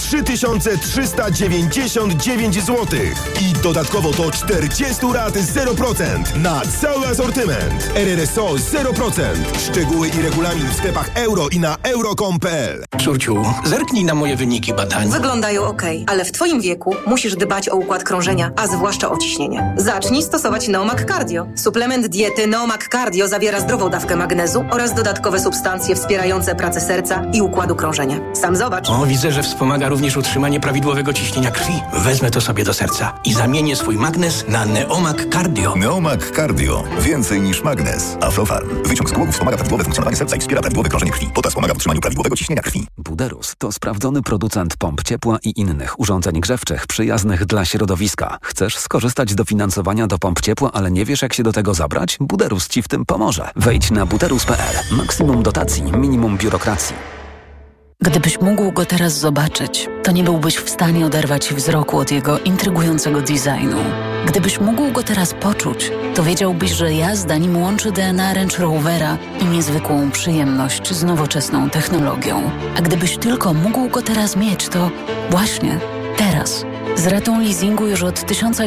3399 zł. I dodatkowo to 40 rat 0% na cały asortyment. RRSO 0%. Szczegóły i regulamin w sklepach euro i na euro.com.pl. Córciu, zerknij na moje wyniki badań. Wyglądają okej, ale w twoim wieku musisz dbać o układ krążenia, a zwłaszcza o ciśnienie. Zacznij stosować Neomag Cardio. Suplement diety Neomag Cardio zawiera zdrową dawkę magnezu oraz dodatkowe substancje wspierające pracę serca i układu krążenia. Sam zobacz. O, widzę, że wspomaga również utrzymanie prawidłowego ciśnienia krwi. Wezmę to sobie do serca i zamienię swój magnez na Neomag Cardio. Neomag Cardio. Więcej niż magnez. Aflofarm. Wyciąg z głowy wspomaga prawidłowe funkcjonowanie serca i wspiera prawidłowe krążenie krwi. Potas pomaga w utrzymaniu prawidłowego ciśnienia krwi. Buderus to sprawdzony producent pomp ciepła i innych urządzeń grzewczych przyjaznych dla środowiska. Chcesz skorzystać z dofinansowania do pomp ciepła, ale nie wiesz, jak się do tego zabrać? Buderus Ci w tym pomoże. Wejdź na buderus.pl. Maksimum dotacji, minimum biurokracji. Gdybyś mógł go teraz zobaczyć, to nie byłbyś w stanie oderwać wzroku od jego intrygującego designu. Gdybyś mógł go teraz poczuć, to wiedziałbyś, że jazda nim łączy DNA Range Rovera i niezwykłą przyjemność z nowoczesną technologią. A gdybyś tylko mógł go teraz mieć, to właśnie teraz. Z ratą leasingu już od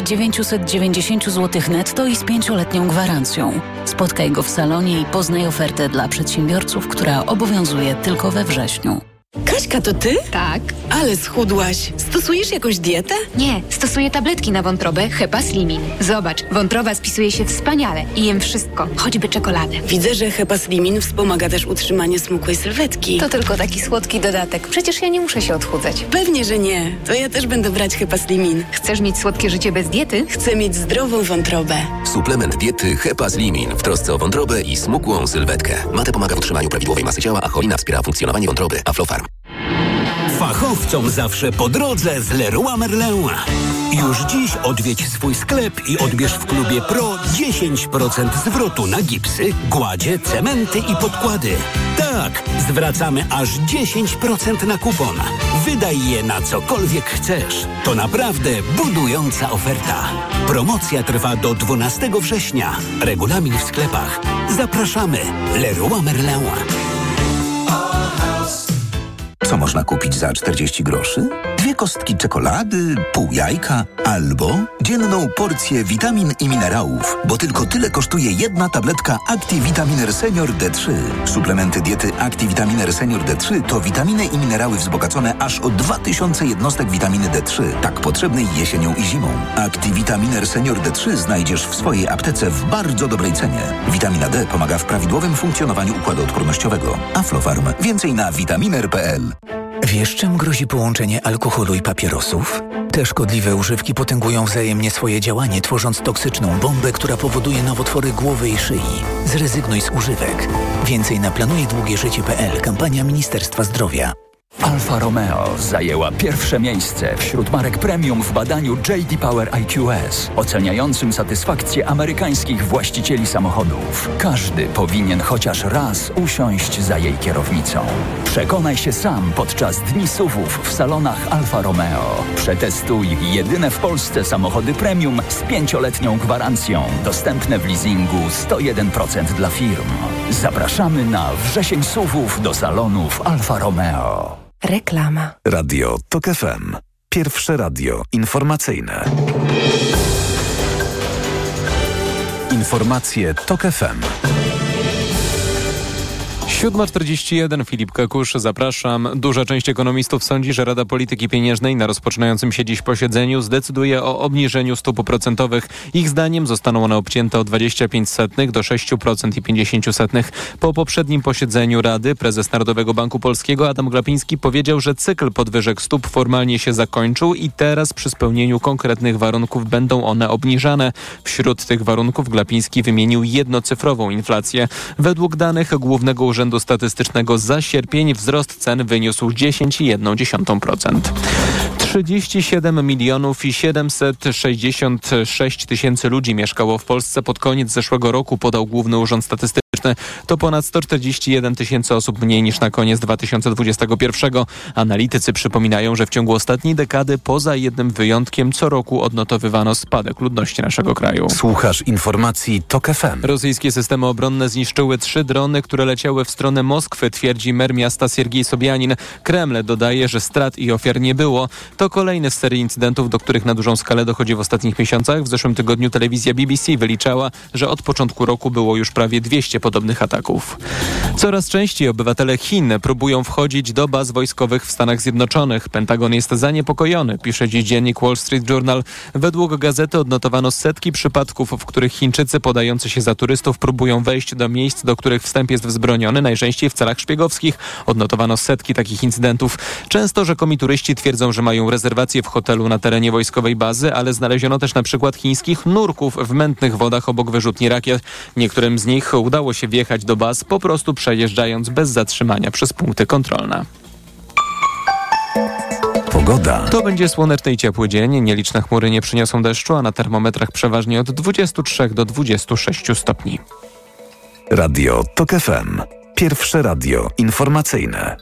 1990 zł netto i z 5-letnią gwarancją. Spotkaj go w salonie i poznaj ofertę dla przedsiębiorców, która obowiązuje tylko we wrześniu. Kaśka, to ty? Tak. Ale schudłaś. Stosujesz jakąś dietę? Nie, stosuję tabletki na wątrobę Hepa Slimin. Zobacz, wątroba spisuje się wspaniale i jem wszystko, choćby czekoladę. Widzę, że Hepa Slimin wspomaga też utrzymanie smukłej sylwetki. To tylko taki słodki dodatek. Przecież ja nie muszę się odchudzać. Pewnie, że nie. To ja też będę brać Hepa Slimin. Chcesz mieć słodkie życie bez diety? Chcę mieć zdrową wątrobę. Suplement diety Hepa Slimin w trosce o wątrobę i smukłą sylwetkę. Mate pomaga w utrzymaniu prawidłowej masy ciała, a cholina wspiera funkcjonowanie wątroby. Aflofarm. Fachowcom zawsze po drodze z Leroy Merlin. Już dziś odwiedź swój sklep i odbierz w klubie Pro 10% zwrotu na gipsy, gładzie, cementy i podkłady. Tak, zwracamy aż 10% na kupon. Wydaj je na cokolwiek chcesz. To naprawdę budująca oferta. Promocja trwa do 12 września. Regulamin w sklepach. Zapraszamy. Leroy Merlin. Co można kupić za 40 groszy? 2 kostki czekolady, pół jajka albo dzienną porcję witamin i minerałów, bo tylko tyle kosztuje jedna tabletka ActiVitaminer Senior D3. Suplementy diety ActiVitaminer Senior D3 to witaminy i minerały wzbogacone aż o 2000 jednostek witaminy D3, tak potrzebnej jesienią i zimą. ActiVitaminer Senior D3 znajdziesz w swojej aptece w bardzo dobrej cenie. Witamina D pomaga w prawidłowym funkcjonowaniu układu odpornościowego. Aflofarm. Więcej na vitaminer.pl. Wiesz, czym grozi połączenie alkoholu i papierosów? Te szkodliwe używki potęgują wzajemnie swoje działanie, tworząc toksyczną bombę, która powoduje nowotwory głowy i szyi. Zrezygnuj z używek. Więcej na planujedługieżycie.pl. Kampania Ministerstwa Zdrowia. Alfa Romeo zajęła pierwsze miejsce wśród marek premium w badaniu J.D. Power IQS, oceniającym satysfakcję amerykańskich właścicieli samochodów. Każdy powinien chociaż raz usiąść za jej kierownicą. Przekonaj się sam podczas Dni SUV-ów w salonach Alfa Romeo. Przetestuj jedyne w Polsce samochody premium z 5-letnią gwarancją. Dostępne w leasingu 101% dla firm. Zapraszamy na wrzesień SUV-ów do salonów Alfa Romeo. Reklama. Radio TOK FM. Pierwsze radio informacyjne. Informacje TOK FM. 7:41, Filip Kakusz, zapraszam. Duża część ekonomistów sądzi, że Rada Polityki Pieniężnej na rozpoczynającym się dziś posiedzeniu zdecyduje o obniżeniu stóp procentowych. Ich zdaniem zostaną one obcięte o 0,25 do 6,50. Po poprzednim posiedzeniu Rady prezes Narodowego Banku Polskiego Adam Glapiński powiedział, że cykl podwyżek stóp formalnie się zakończył i teraz przy spełnieniu konkretnych warunków będą one obniżane. Wśród tych warunków Glapiński wymienił jednocyfrową inflację. Według danych Głównego Urzędu Statystycznego za sierpień wzrost cen wyniósł 10,1%. 37 milionów i 766 tysięcy ludzi mieszkało w Polsce pod koniec zeszłego roku, podał Główny Urząd Statystyczny. To ponad 141 tysięcy osób mniej niż na koniec 2021. Analitycy przypominają, że w ciągu ostatniej dekady poza jednym wyjątkiem co roku odnotowywano spadek ludności naszego kraju. Słuchasz informacji TOK FM. Rosyjskie systemy obronne zniszczyły 3 drony, które leciały w stronę Moskwy, twierdzi mer miasta Siergiej Sobianin. Kreml dodaje, że strat i ofiar nie było. To kolejny z serii incydentów, do których na dużą skalę dochodzi w ostatnich miesiącach. W zeszłym tygodniu telewizja BBC wyliczała, że od początku roku było już prawie 200 podobnych ataków. Coraz częściej obywatele Chin próbują wchodzić do baz wojskowych w Stanach Zjednoczonych. Pentagon jest zaniepokojony, pisze dziś dziennik Wall Street Journal. Według gazety odnotowano setki przypadków, w których Chińczycy podający się za turystów próbują wejść do miejsc, do których wstęp jest wzbroniony, najczęściej w celach szpiegowskich. Odnotowano setki takich incydentów. Często rzekomi turyści twierdzą, że mają rezerwację w hotelu na terenie wojskowej bazy, ale znaleziono też na przykład chińskich nurków w mętnych wodach obok wyrzutni rakiet. Niektórym z nich udało się wjechać do baz, po prostu przejeżdżając bez zatrzymania przez punkty kontrolne. Pogoda. To będzie słoneczny i ciepły dzień. Nieliczne chmury nie przyniosą deszczu, a na termometrach przeważnie od 23 do 26 stopni. Radio TOK FM. Pierwsze radio informacyjne.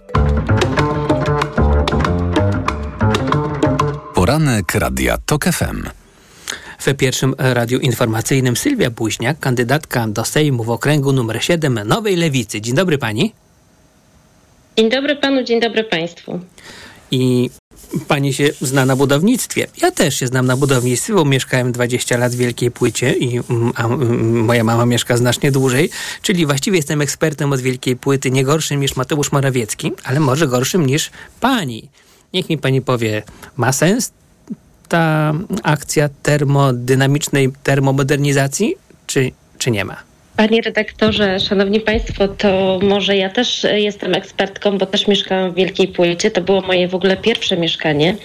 Poranek Radia TOK FM. W pierwszym radiu informacyjnym Sylwia Buźniak, kandydatka do Sejmu w okręgu nr 7 Nowej Lewicy. Dzień dobry pani. Dzień dobry panu, dzień dobry państwu. I pani się zna na budownictwie. Ja też się znam na budownictwie, bo mieszkałem 20 lat w Wielkiej Płycie a moja mama mieszka znacznie dłużej, czyli właściwie jestem ekspertem od Wielkiej Płyty, nie gorszym niż Mateusz Morawiecki, ale może gorszym niż pani. Niech mi pani powie, ma sens ta akcja termodynamicznej termomodernizacji, czy nie ma? Panie redaktorze, szanowni państwo, to może ja też jestem ekspertką, bo też mieszkałam w Wielkiej Płycie. To było moje w ogóle pierwsze mieszkanie.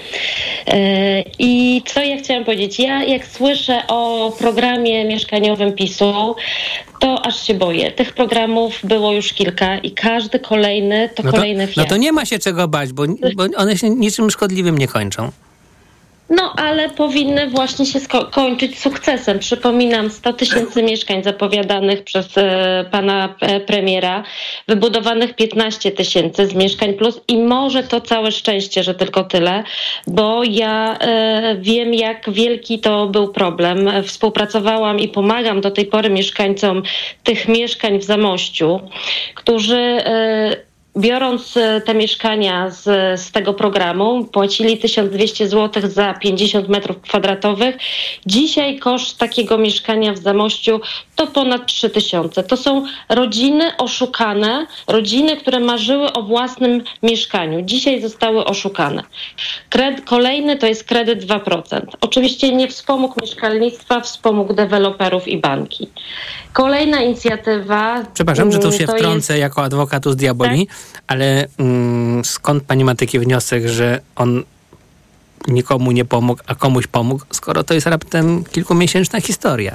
I co ja chciałam powiedzieć? Ja jak słyszę o programie mieszkaniowym PiS-u, to aż się boję. Tych programów było już kilka i każdy kolejny to kolejny fiasko. No to nie ma się czego bać, bo one się niczym szkodliwym nie kończą. No, ale powinny właśnie się kończyć sukcesem. Przypominam, 100 tysięcy mieszkań zapowiadanych przez pana premiera, wybudowanych 15 tysięcy z Mieszkań Plus i może to całe szczęście, że tylko tyle, bo ja wiem, jak wielki to był problem. Współpracowałam i pomagam do tej pory mieszkańcom tych mieszkań w Zamościu, którzy biorąc te mieszkania z tego programu, płacili 1200 zł za 50 metrów kwadratowych. Dzisiaj koszt takiego mieszkania w Zamościu to ponad 3000. To są rodziny oszukane, rodziny, które marzyły o własnym mieszkaniu. Dzisiaj zostały oszukane. Kolejny to jest kredyt 2%. Oczywiście nie wspomógł mieszkalnictwa, wspomógł deweloperów i banki. Kolejna inicjatywa... Przepraszam, że tu się wtrącę jako adwokatus diaboli, tak? Ale skąd pani ma taki wniosek, że on nikomu nie pomógł, a komuś pomógł, skoro to jest raptem kilkumiesięczna historia?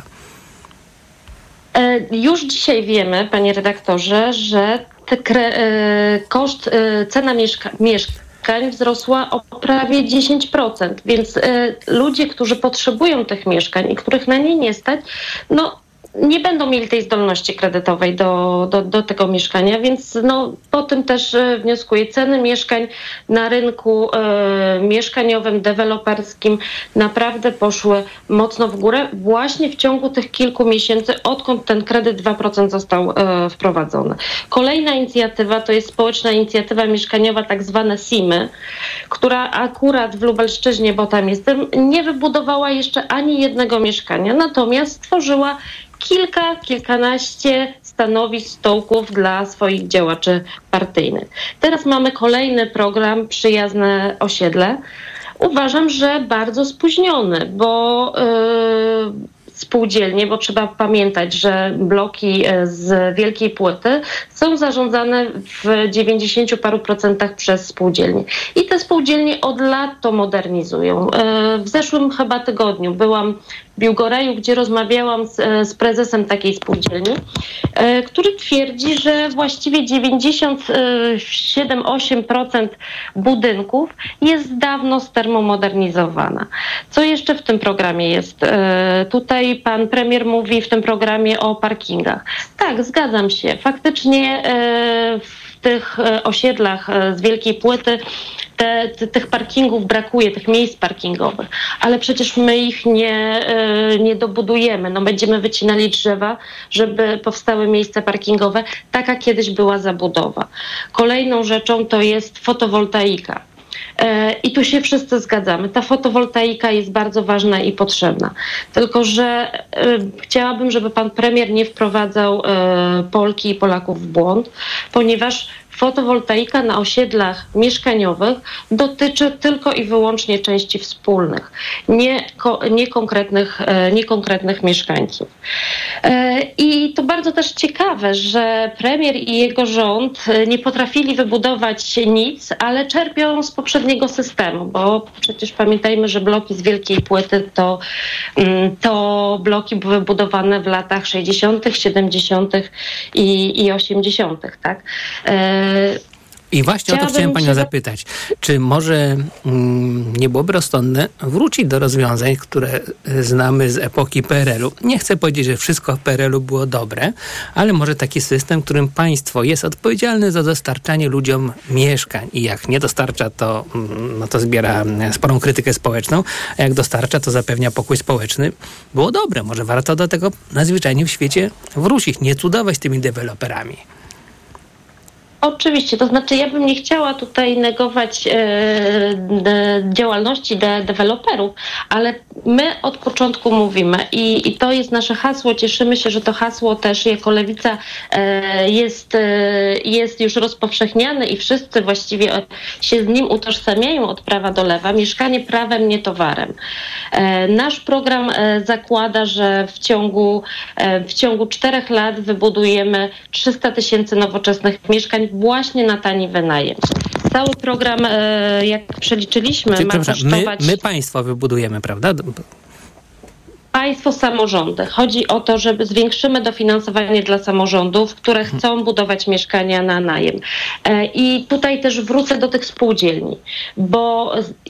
Już dzisiaj wiemy, panie redaktorze, że cena mieszkań wzrosła o prawie 10%, więc ludzie, którzy potrzebują tych mieszkań i których na nie nie stać, nie będą mieli tej zdolności kredytowej do tego mieszkania, więc po tym też wnioskuję. Ceny mieszkań na rynku mieszkaniowym, deweloperskim naprawdę poszły mocno w górę właśnie w ciągu tych kilku miesięcy, odkąd ten kredyt 2% został wprowadzony. Kolejna inicjatywa to jest społeczna inicjatywa mieszkaniowa, tak zwane SIM-y, która akurat w Lubelszczyźnie, bo tam jestem, nie wybudowała jeszcze ani jednego mieszkania, natomiast stworzyła kilkanaście stanowisk, stołków dla swoich działaczy partyjnych. Teraz mamy kolejny program Przyjazne Osiedle. Uważam, że bardzo spóźniony, bo spółdzielnie, bo trzeba pamiętać, że bloki z Wielkiej Płyty są zarządzane w 90 paru procentach przez spółdzielnie. I te spółdzielnie od lat to modernizują. W zeszłym chyba tygodniu byłam w Biłgoreju, gdzie rozmawiałam z prezesem takiej spółdzielni, który twierdzi, że właściwie 97-8% budynków jest dawno stermomodernizowana. Co jeszcze w tym programie jest? Tutaj tutaj pan premier mówi w tym programie o parkingach. Tak, zgadzam się. Faktycznie w tych osiedlach z Wielkiej Płyty tych parkingów brakuje, tych miejsc parkingowych, ale przecież my ich nie dobudujemy. No, będziemy wycinali drzewa, żeby powstały miejsca parkingowe. Taka kiedyś była zabudowa. Kolejną rzeczą to jest fotowoltaika. I tu się wszyscy zgadzamy. Ta fotowoltaika jest bardzo ważna i potrzebna. Tylko że chciałabym, żeby pan premier nie wprowadzał Polki i Polaków w błąd, ponieważ fotowoltaika na osiedlach mieszkaniowych dotyczy tylko i wyłącznie części wspólnych, nie konkretnych mieszkańców. I to bardzo też ciekawe, że premier i jego rząd nie potrafili wybudować nic, ale czerpią z poprzedniego systemu, bo przecież pamiętajmy, że bloki z Wielkiej Płyty to bloki były budowane w latach 60., 70. i 80., tak? I właśnie o to chciałem panią zapytać. Czy może nie byłoby rozsądne wrócić do rozwiązań, które znamy z epoki PRL-u? Nie chcę powiedzieć, że wszystko w PRL-u było dobre, ale może taki system, w którym państwo jest odpowiedzialne za dostarczanie ludziom mieszkań i jak nie dostarcza, to zbiera sporą krytykę społeczną, a jak dostarcza, to zapewnia pokój społeczny. Było dobre. Może warto do tego najzwyczajniej w świecie wrócić, nie cudować tymi deweloperami. Oczywiście, to znaczy ja bym nie chciała tutaj negować działalności deweloperów, ale my od początku mówimy i to jest nasze hasło, cieszymy się, że to hasło też jako Lewica jest już rozpowszechniane i wszyscy właściwie się z nim utożsamiają od prawa do lewa. Mieszkanie prawem, nie towarem. Nasz program zakłada, że w ciągu 4 lat wybudujemy 300 000 nowoczesnych mieszkań właśnie na tani wynajem. Cały program, jak przeliczyliśmy, ma kosztować... My państwo wybudujemy, prawda? Państwo, samorządy. Chodzi o to, żeby zwiększymy dofinansowanie dla samorządów, które chcą budować mieszkania na najem. I tutaj też wrócę do tych spółdzielni, bo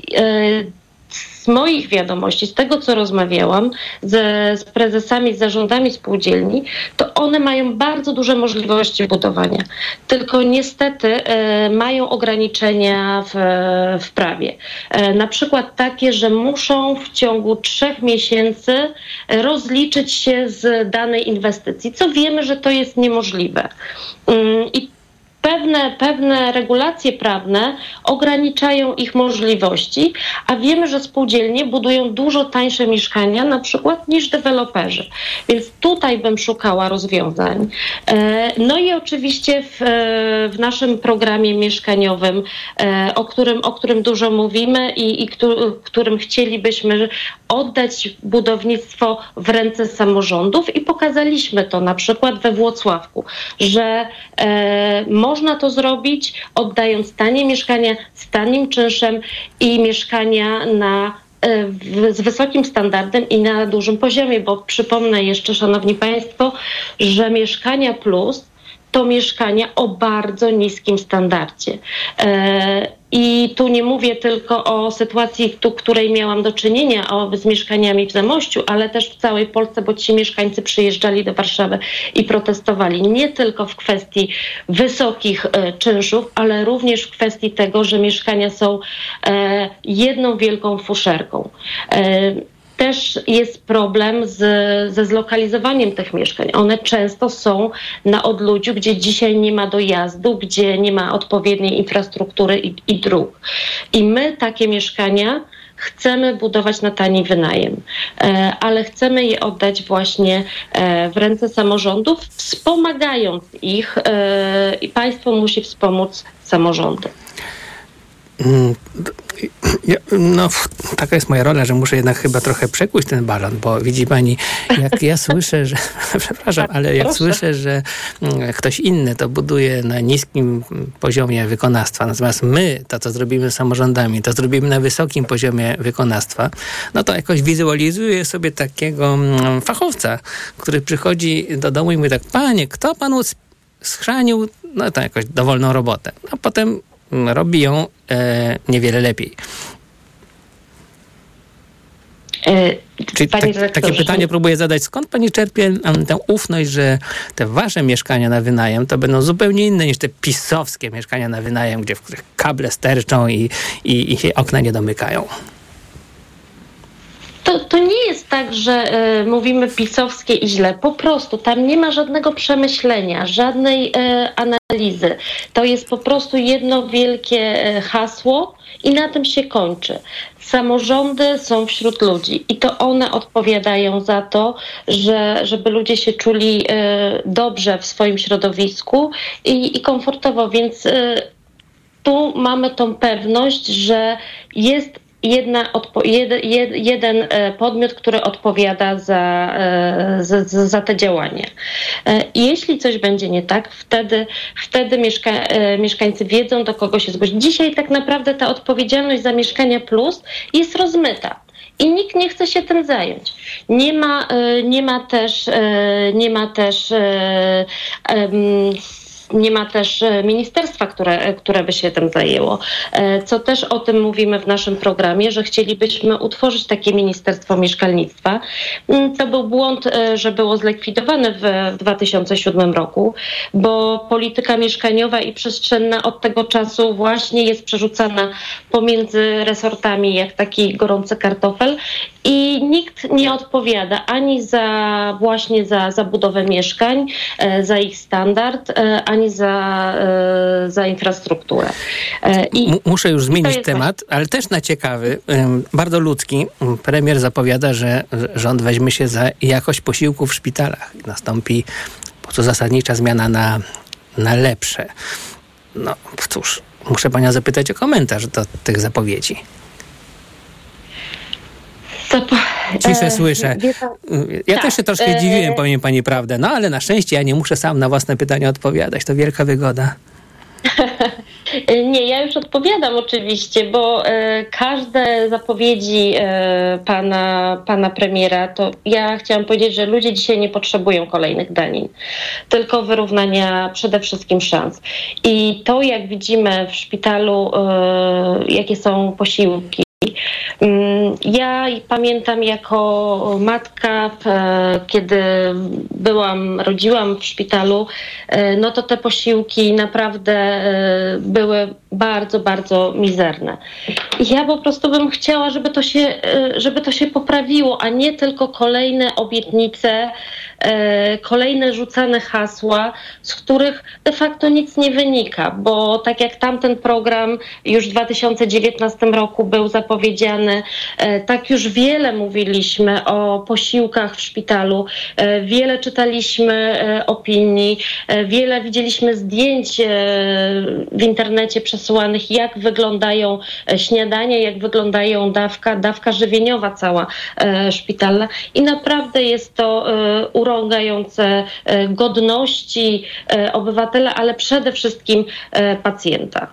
z moich wiadomości, z tego co rozmawiałam z prezesami, z zarządami spółdzielni, to one mają bardzo duże możliwości budowania. Tylko niestety mają ograniczenia w prawie. Na przykład takie, że muszą w ciągu 3 miesięcy rozliczyć się z danej inwestycji, co wiemy, że to jest niemożliwe. I pewne regulacje prawne ograniczają ich możliwości, a wiemy, że spółdzielnie budują dużo tańsze mieszkania na przykład niż deweloperzy. Więc tutaj bym szukała rozwiązań. No i oczywiście w naszym programie mieszkaniowym, o którym dużo mówimy i którym chcielibyśmy oddać budownictwo w ręce samorządów i pokazaliśmy to na przykład we Włocławku, że można to zrobić, oddając tanie mieszkania z tanim czynszem i mieszkania z wysokim standardem i na dużym poziomie, bo przypomnę jeszcze, szanowni państwo, że Mieszkania Plus to mieszkania o bardzo niskim standardzie. I tu nie mówię tylko o sytuacji, w której miałam do czynienia z mieszkaniami w Zamościu, ale też w całej Polsce, bo ci mieszkańcy przyjeżdżali do Warszawy i protestowali nie tylko w kwestii wysokich czynszów, ale również w kwestii tego, że mieszkania są jedną wielką fuszerką. Też jest problem ze zlokalizowaniem tych mieszkań. One często są na odludziu, gdzie dzisiaj nie ma dojazdu, gdzie nie ma odpowiedniej infrastruktury i dróg. I my takie mieszkania chcemy budować na tani wynajem, ale chcemy je oddać właśnie w ręce samorządów, wspomagając ich i państwo musi wspomóc samorządy. No, taka jest moja rola, że muszę jednak chyba trochę przekuć ten balon, bo widzi pani, jak ja słyszę, że przepraszam, ale jak słyszę, że ktoś inny to buduje na niskim poziomie wykonawstwa, natomiast my to, co zrobimy z samorządami, to zrobimy na wysokim poziomie wykonawstwa, no to jakoś wizualizuję sobie takiego fachowca, który przychodzi do domu i mówi tak: panie, kto panu schrzanił, no to jakoś dowolną robotę, a potem robi ją niewiele lepiej. Czyli takie pytanie próbuję zadać. Skąd pani czerpie tę ufność, że te wasze mieszkania na wynajem to będą zupełnie inne niż te pisowskie mieszkania na wynajem, w których kable sterczą i się okna nie domykają? To nie jest tak, że mówimy pisowskie i źle. Po prostu tam nie ma żadnego przemyślenia, żadnej analizy. To jest po prostu jedno wielkie hasło i na tym się kończy. Samorządy są wśród ludzi i to one odpowiadają za to, żeby ludzie się czuli dobrze w swoim środowisku i komfortowo, więc tu mamy tą pewność, że jest jeden podmiot, który odpowiada za te działania. I jeśli coś będzie nie tak, wtedy mieszkańcy wiedzą, do kogo się zgłosić. Dzisiaj tak naprawdę ta odpowiedzialność za Mieszkania Plus jest rozmyta. I nikt nie chce się tym zająć. Nie ma też ministerstwa, które by się tym zajęło. Co też o tym mówimy w naszym programie, że chcielibyśmy utworzyć takie Ministerstwo Mieszkalnictwa. To był błąd, że było zlikwidowane w 2007 roku, bo polityka mieszkaniowa i przestrzenna od tego czasu właśnie jest przerzucana pomiędzy resortami jak taki gorący kartofel i nikt nie odpowiada ani za budowę mieszkań, za ich standard, ani za infrastrukturę. Muszę już zmienić temat, ale też na ciekawy, bardzo ludzki. Premier zapowiada, że rząd weźmie się za jakość posiłków w szpitalach. Nastąpi po prostu zasadnicza zmiana na lepsze. No cóż, muszę panią zapytać o komentarz do tych zapowiedzi. Ciszę słyszę. Ja też się troszkę dziwiłem, powiem pani prawdę. No ale na szczęście ja nie muszę sam na własne pytania odpowiadać. To wielka wygoda. Nie, ja już odpowiadam oczywiście, bo każde zapowiedzi pana premiera, to ja chciałam powiedzieć, że ludzie dzisiaj nie potrzebują kolejnych danin, tylko wyrównania przede wszystkim szans. I to, jak widzimy w szpitalu, jakie są posiłki, ja pamiętam jako matka, kiedy rodziłam w szpitalu, no to te posiłki naprawdę były bardzo, bardzo mizerne. I ja po prostu bym chciała, żeby to się poprawiło, a nie tylko kolejne obietnice, kolejne rzucane hasła, z których de facto nic nie wynika, bo tak jak tamten program już w 2019 roku był zapowiedziany, tak już wiele mówiliśmy o posiłkach w szpitalu, wiele czytaliśmy opinii, wiele widzieliśmy zdjęć w internecie przesyłanych, jak wyglądają śniadania, jak wyglądają dawka żywieniowa cała szpitalna i naprawdę jest to urągające godności obywatela, ale przede wszystkim pacjenta.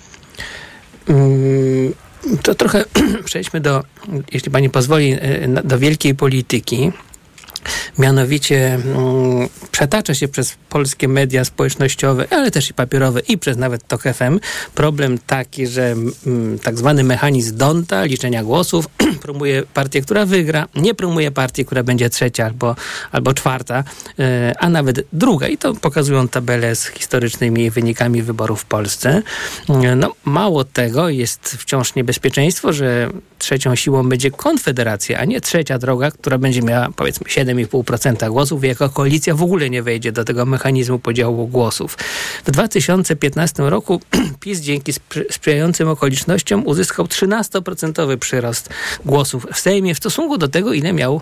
To trochę przejdźmy jeśli pani pozwoli, do wielkiej polityki. Mianowicie przetacza się przez polskie media społecznościowe, ale też i papierowe i przez nawet TOK FM problem taki, że tak zwany mechanizm D'Hondta, liczenia głosów, promuje partię, która wygra, nie promuje partii, która będzie trzecia albo czwarta, a nawet druga. I to pokazują tabele z historycznymi wynikami wyborów w Polsce. No, mało tego, jest wciąż niebezpieczeństwo, że trzecią siłą będzie Konfederacja, a nie trzecia droga, która będzie miała powiedzmy 7,5% głosów i jako koalicja w ogóle nie wejdzie do tego mechanizmu podziału głosów. W 2015 roku PiS dzięki sprzyjającym okolicznościom uzyskał 13% przyrost głosów w Sejmie w stosunku do tego,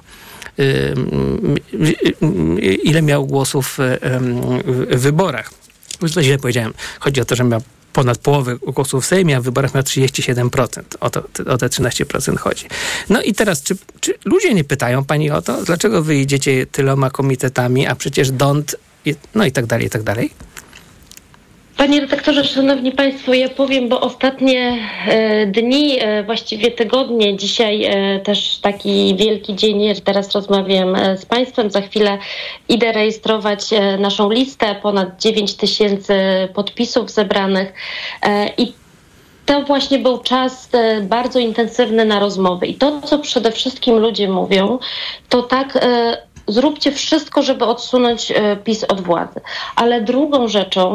ile miał głosów w wyborach. Już to źle powiedziałem. Chodzi o to, że miał ponad połowę głosów w Sejmie, a w wyborach miał 37%. O te 13% chodzi. No i teraz, czy ludzie nie pytają pani o to, dlaczego wy idziecie tyloma komitetami, a przecież D'Hondt, no i tak dalej, i tak dalej? Panie redaktorze, szanowni państwo, ja powiem, bo ostatnie dni, właściwie tygodnie, dzisiaj też taki wielki dzień, teraz rozmawiam z państwem, za chwilę idę rejestrować naszą listę, ponad 9 000 podpisów zebranych i to właśnie był czas bardzo intensywny na rozmowy. I to, co przede wszystkim ludzie mówią, to tak, zróbcie wszystko, żeby odsunąć PiS od władzy. Ale drugą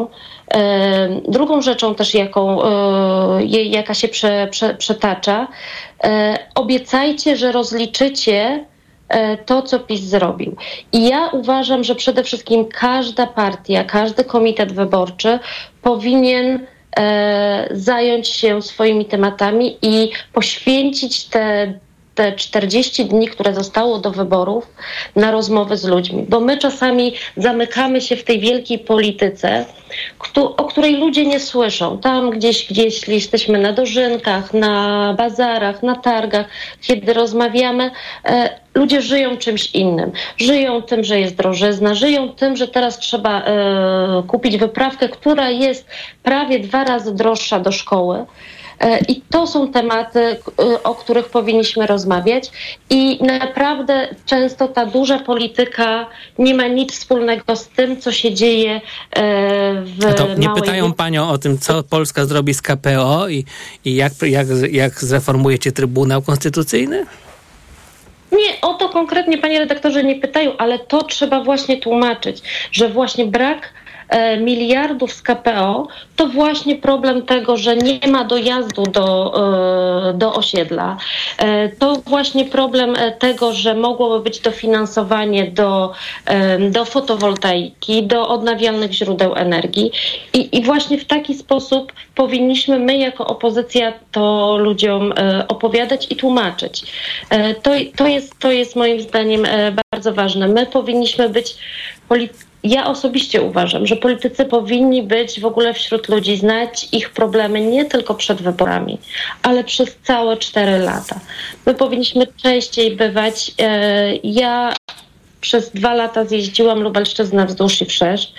rzeczą też, jaka się przetacza, obiecajcie, że rozliczycie to, co PiS zrobił. I ja uważam, że przede wszystkim każda partia, każdy komitet wyborczy powinien zająć się swoimi tematami i poświęcić te 40 dni, które zostało do wyborów, na rozmowy z ludźmi. Bo my czasami zamykamy się w tej wielkiej polityce, o której ludzie nie słyszą. Tam gdzieś jesteśmy na dożynkach, na bazarach, na targach, kiedy rozmawiamy, ludzie żyją czymś innym. Żyją tym, że jest drożyzna, żyją tym, że teraz trzeba kupić wyprawkę, która jest prawie 2 razy droższa do szkoły. I to są tematy, o których powinniśmy rozmawiać i naprawdę często ta duża polityka nie ma nic wspólnego z tym, co się dzieje w to nie małej... pytają panią o tym, co Polska zrobi z KPO i jak zreformujecie Trybunał Konstytucyjny? Nie, o to konkretnie, panie redaktorze, nie pytają, ale to trzeba właśnie tłumaczyć, że właśnie brak miliardów z KPO to właśnie problem tego, że nie ma dojazdu do osiedla. To właśnie problem tego, że mogłoby być dofinansowanie do fotowoltaiki, do odnawialnych źródeł energii i właśnie w taki sposób powinniśmy my jako opozycja to ludziom opowiadać i tłumaczyć. To jest moim zdaniem bardzo ważne. My powinniśmy być Ja osobiście uważam, że politycy powinni być w ogóle wśród ludzi, znać ich problemy nie tylko przed wyborami, ale przez całe 4 lata. My powinniśmy częściej bywać. Ja przez 2 lata zjeździłam Lubelszczyznę wzdłuż i wszerz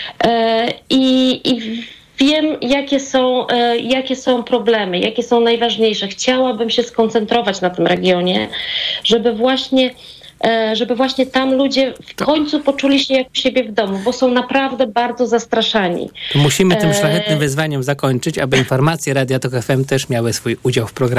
i wiem, jakie są problemy, jakie są najważniejsze. Chciałabym się skoncentrować na tym regionie, żeby właśnie tam ludzie w końcu poczuli się jak u siebie w domu, bo są naprawdę bardzo zastraszani. To musimy tym szlachetnym wyzwaniem zakończyć, aby informacje Radia Tok FM też miały swój udział w programie.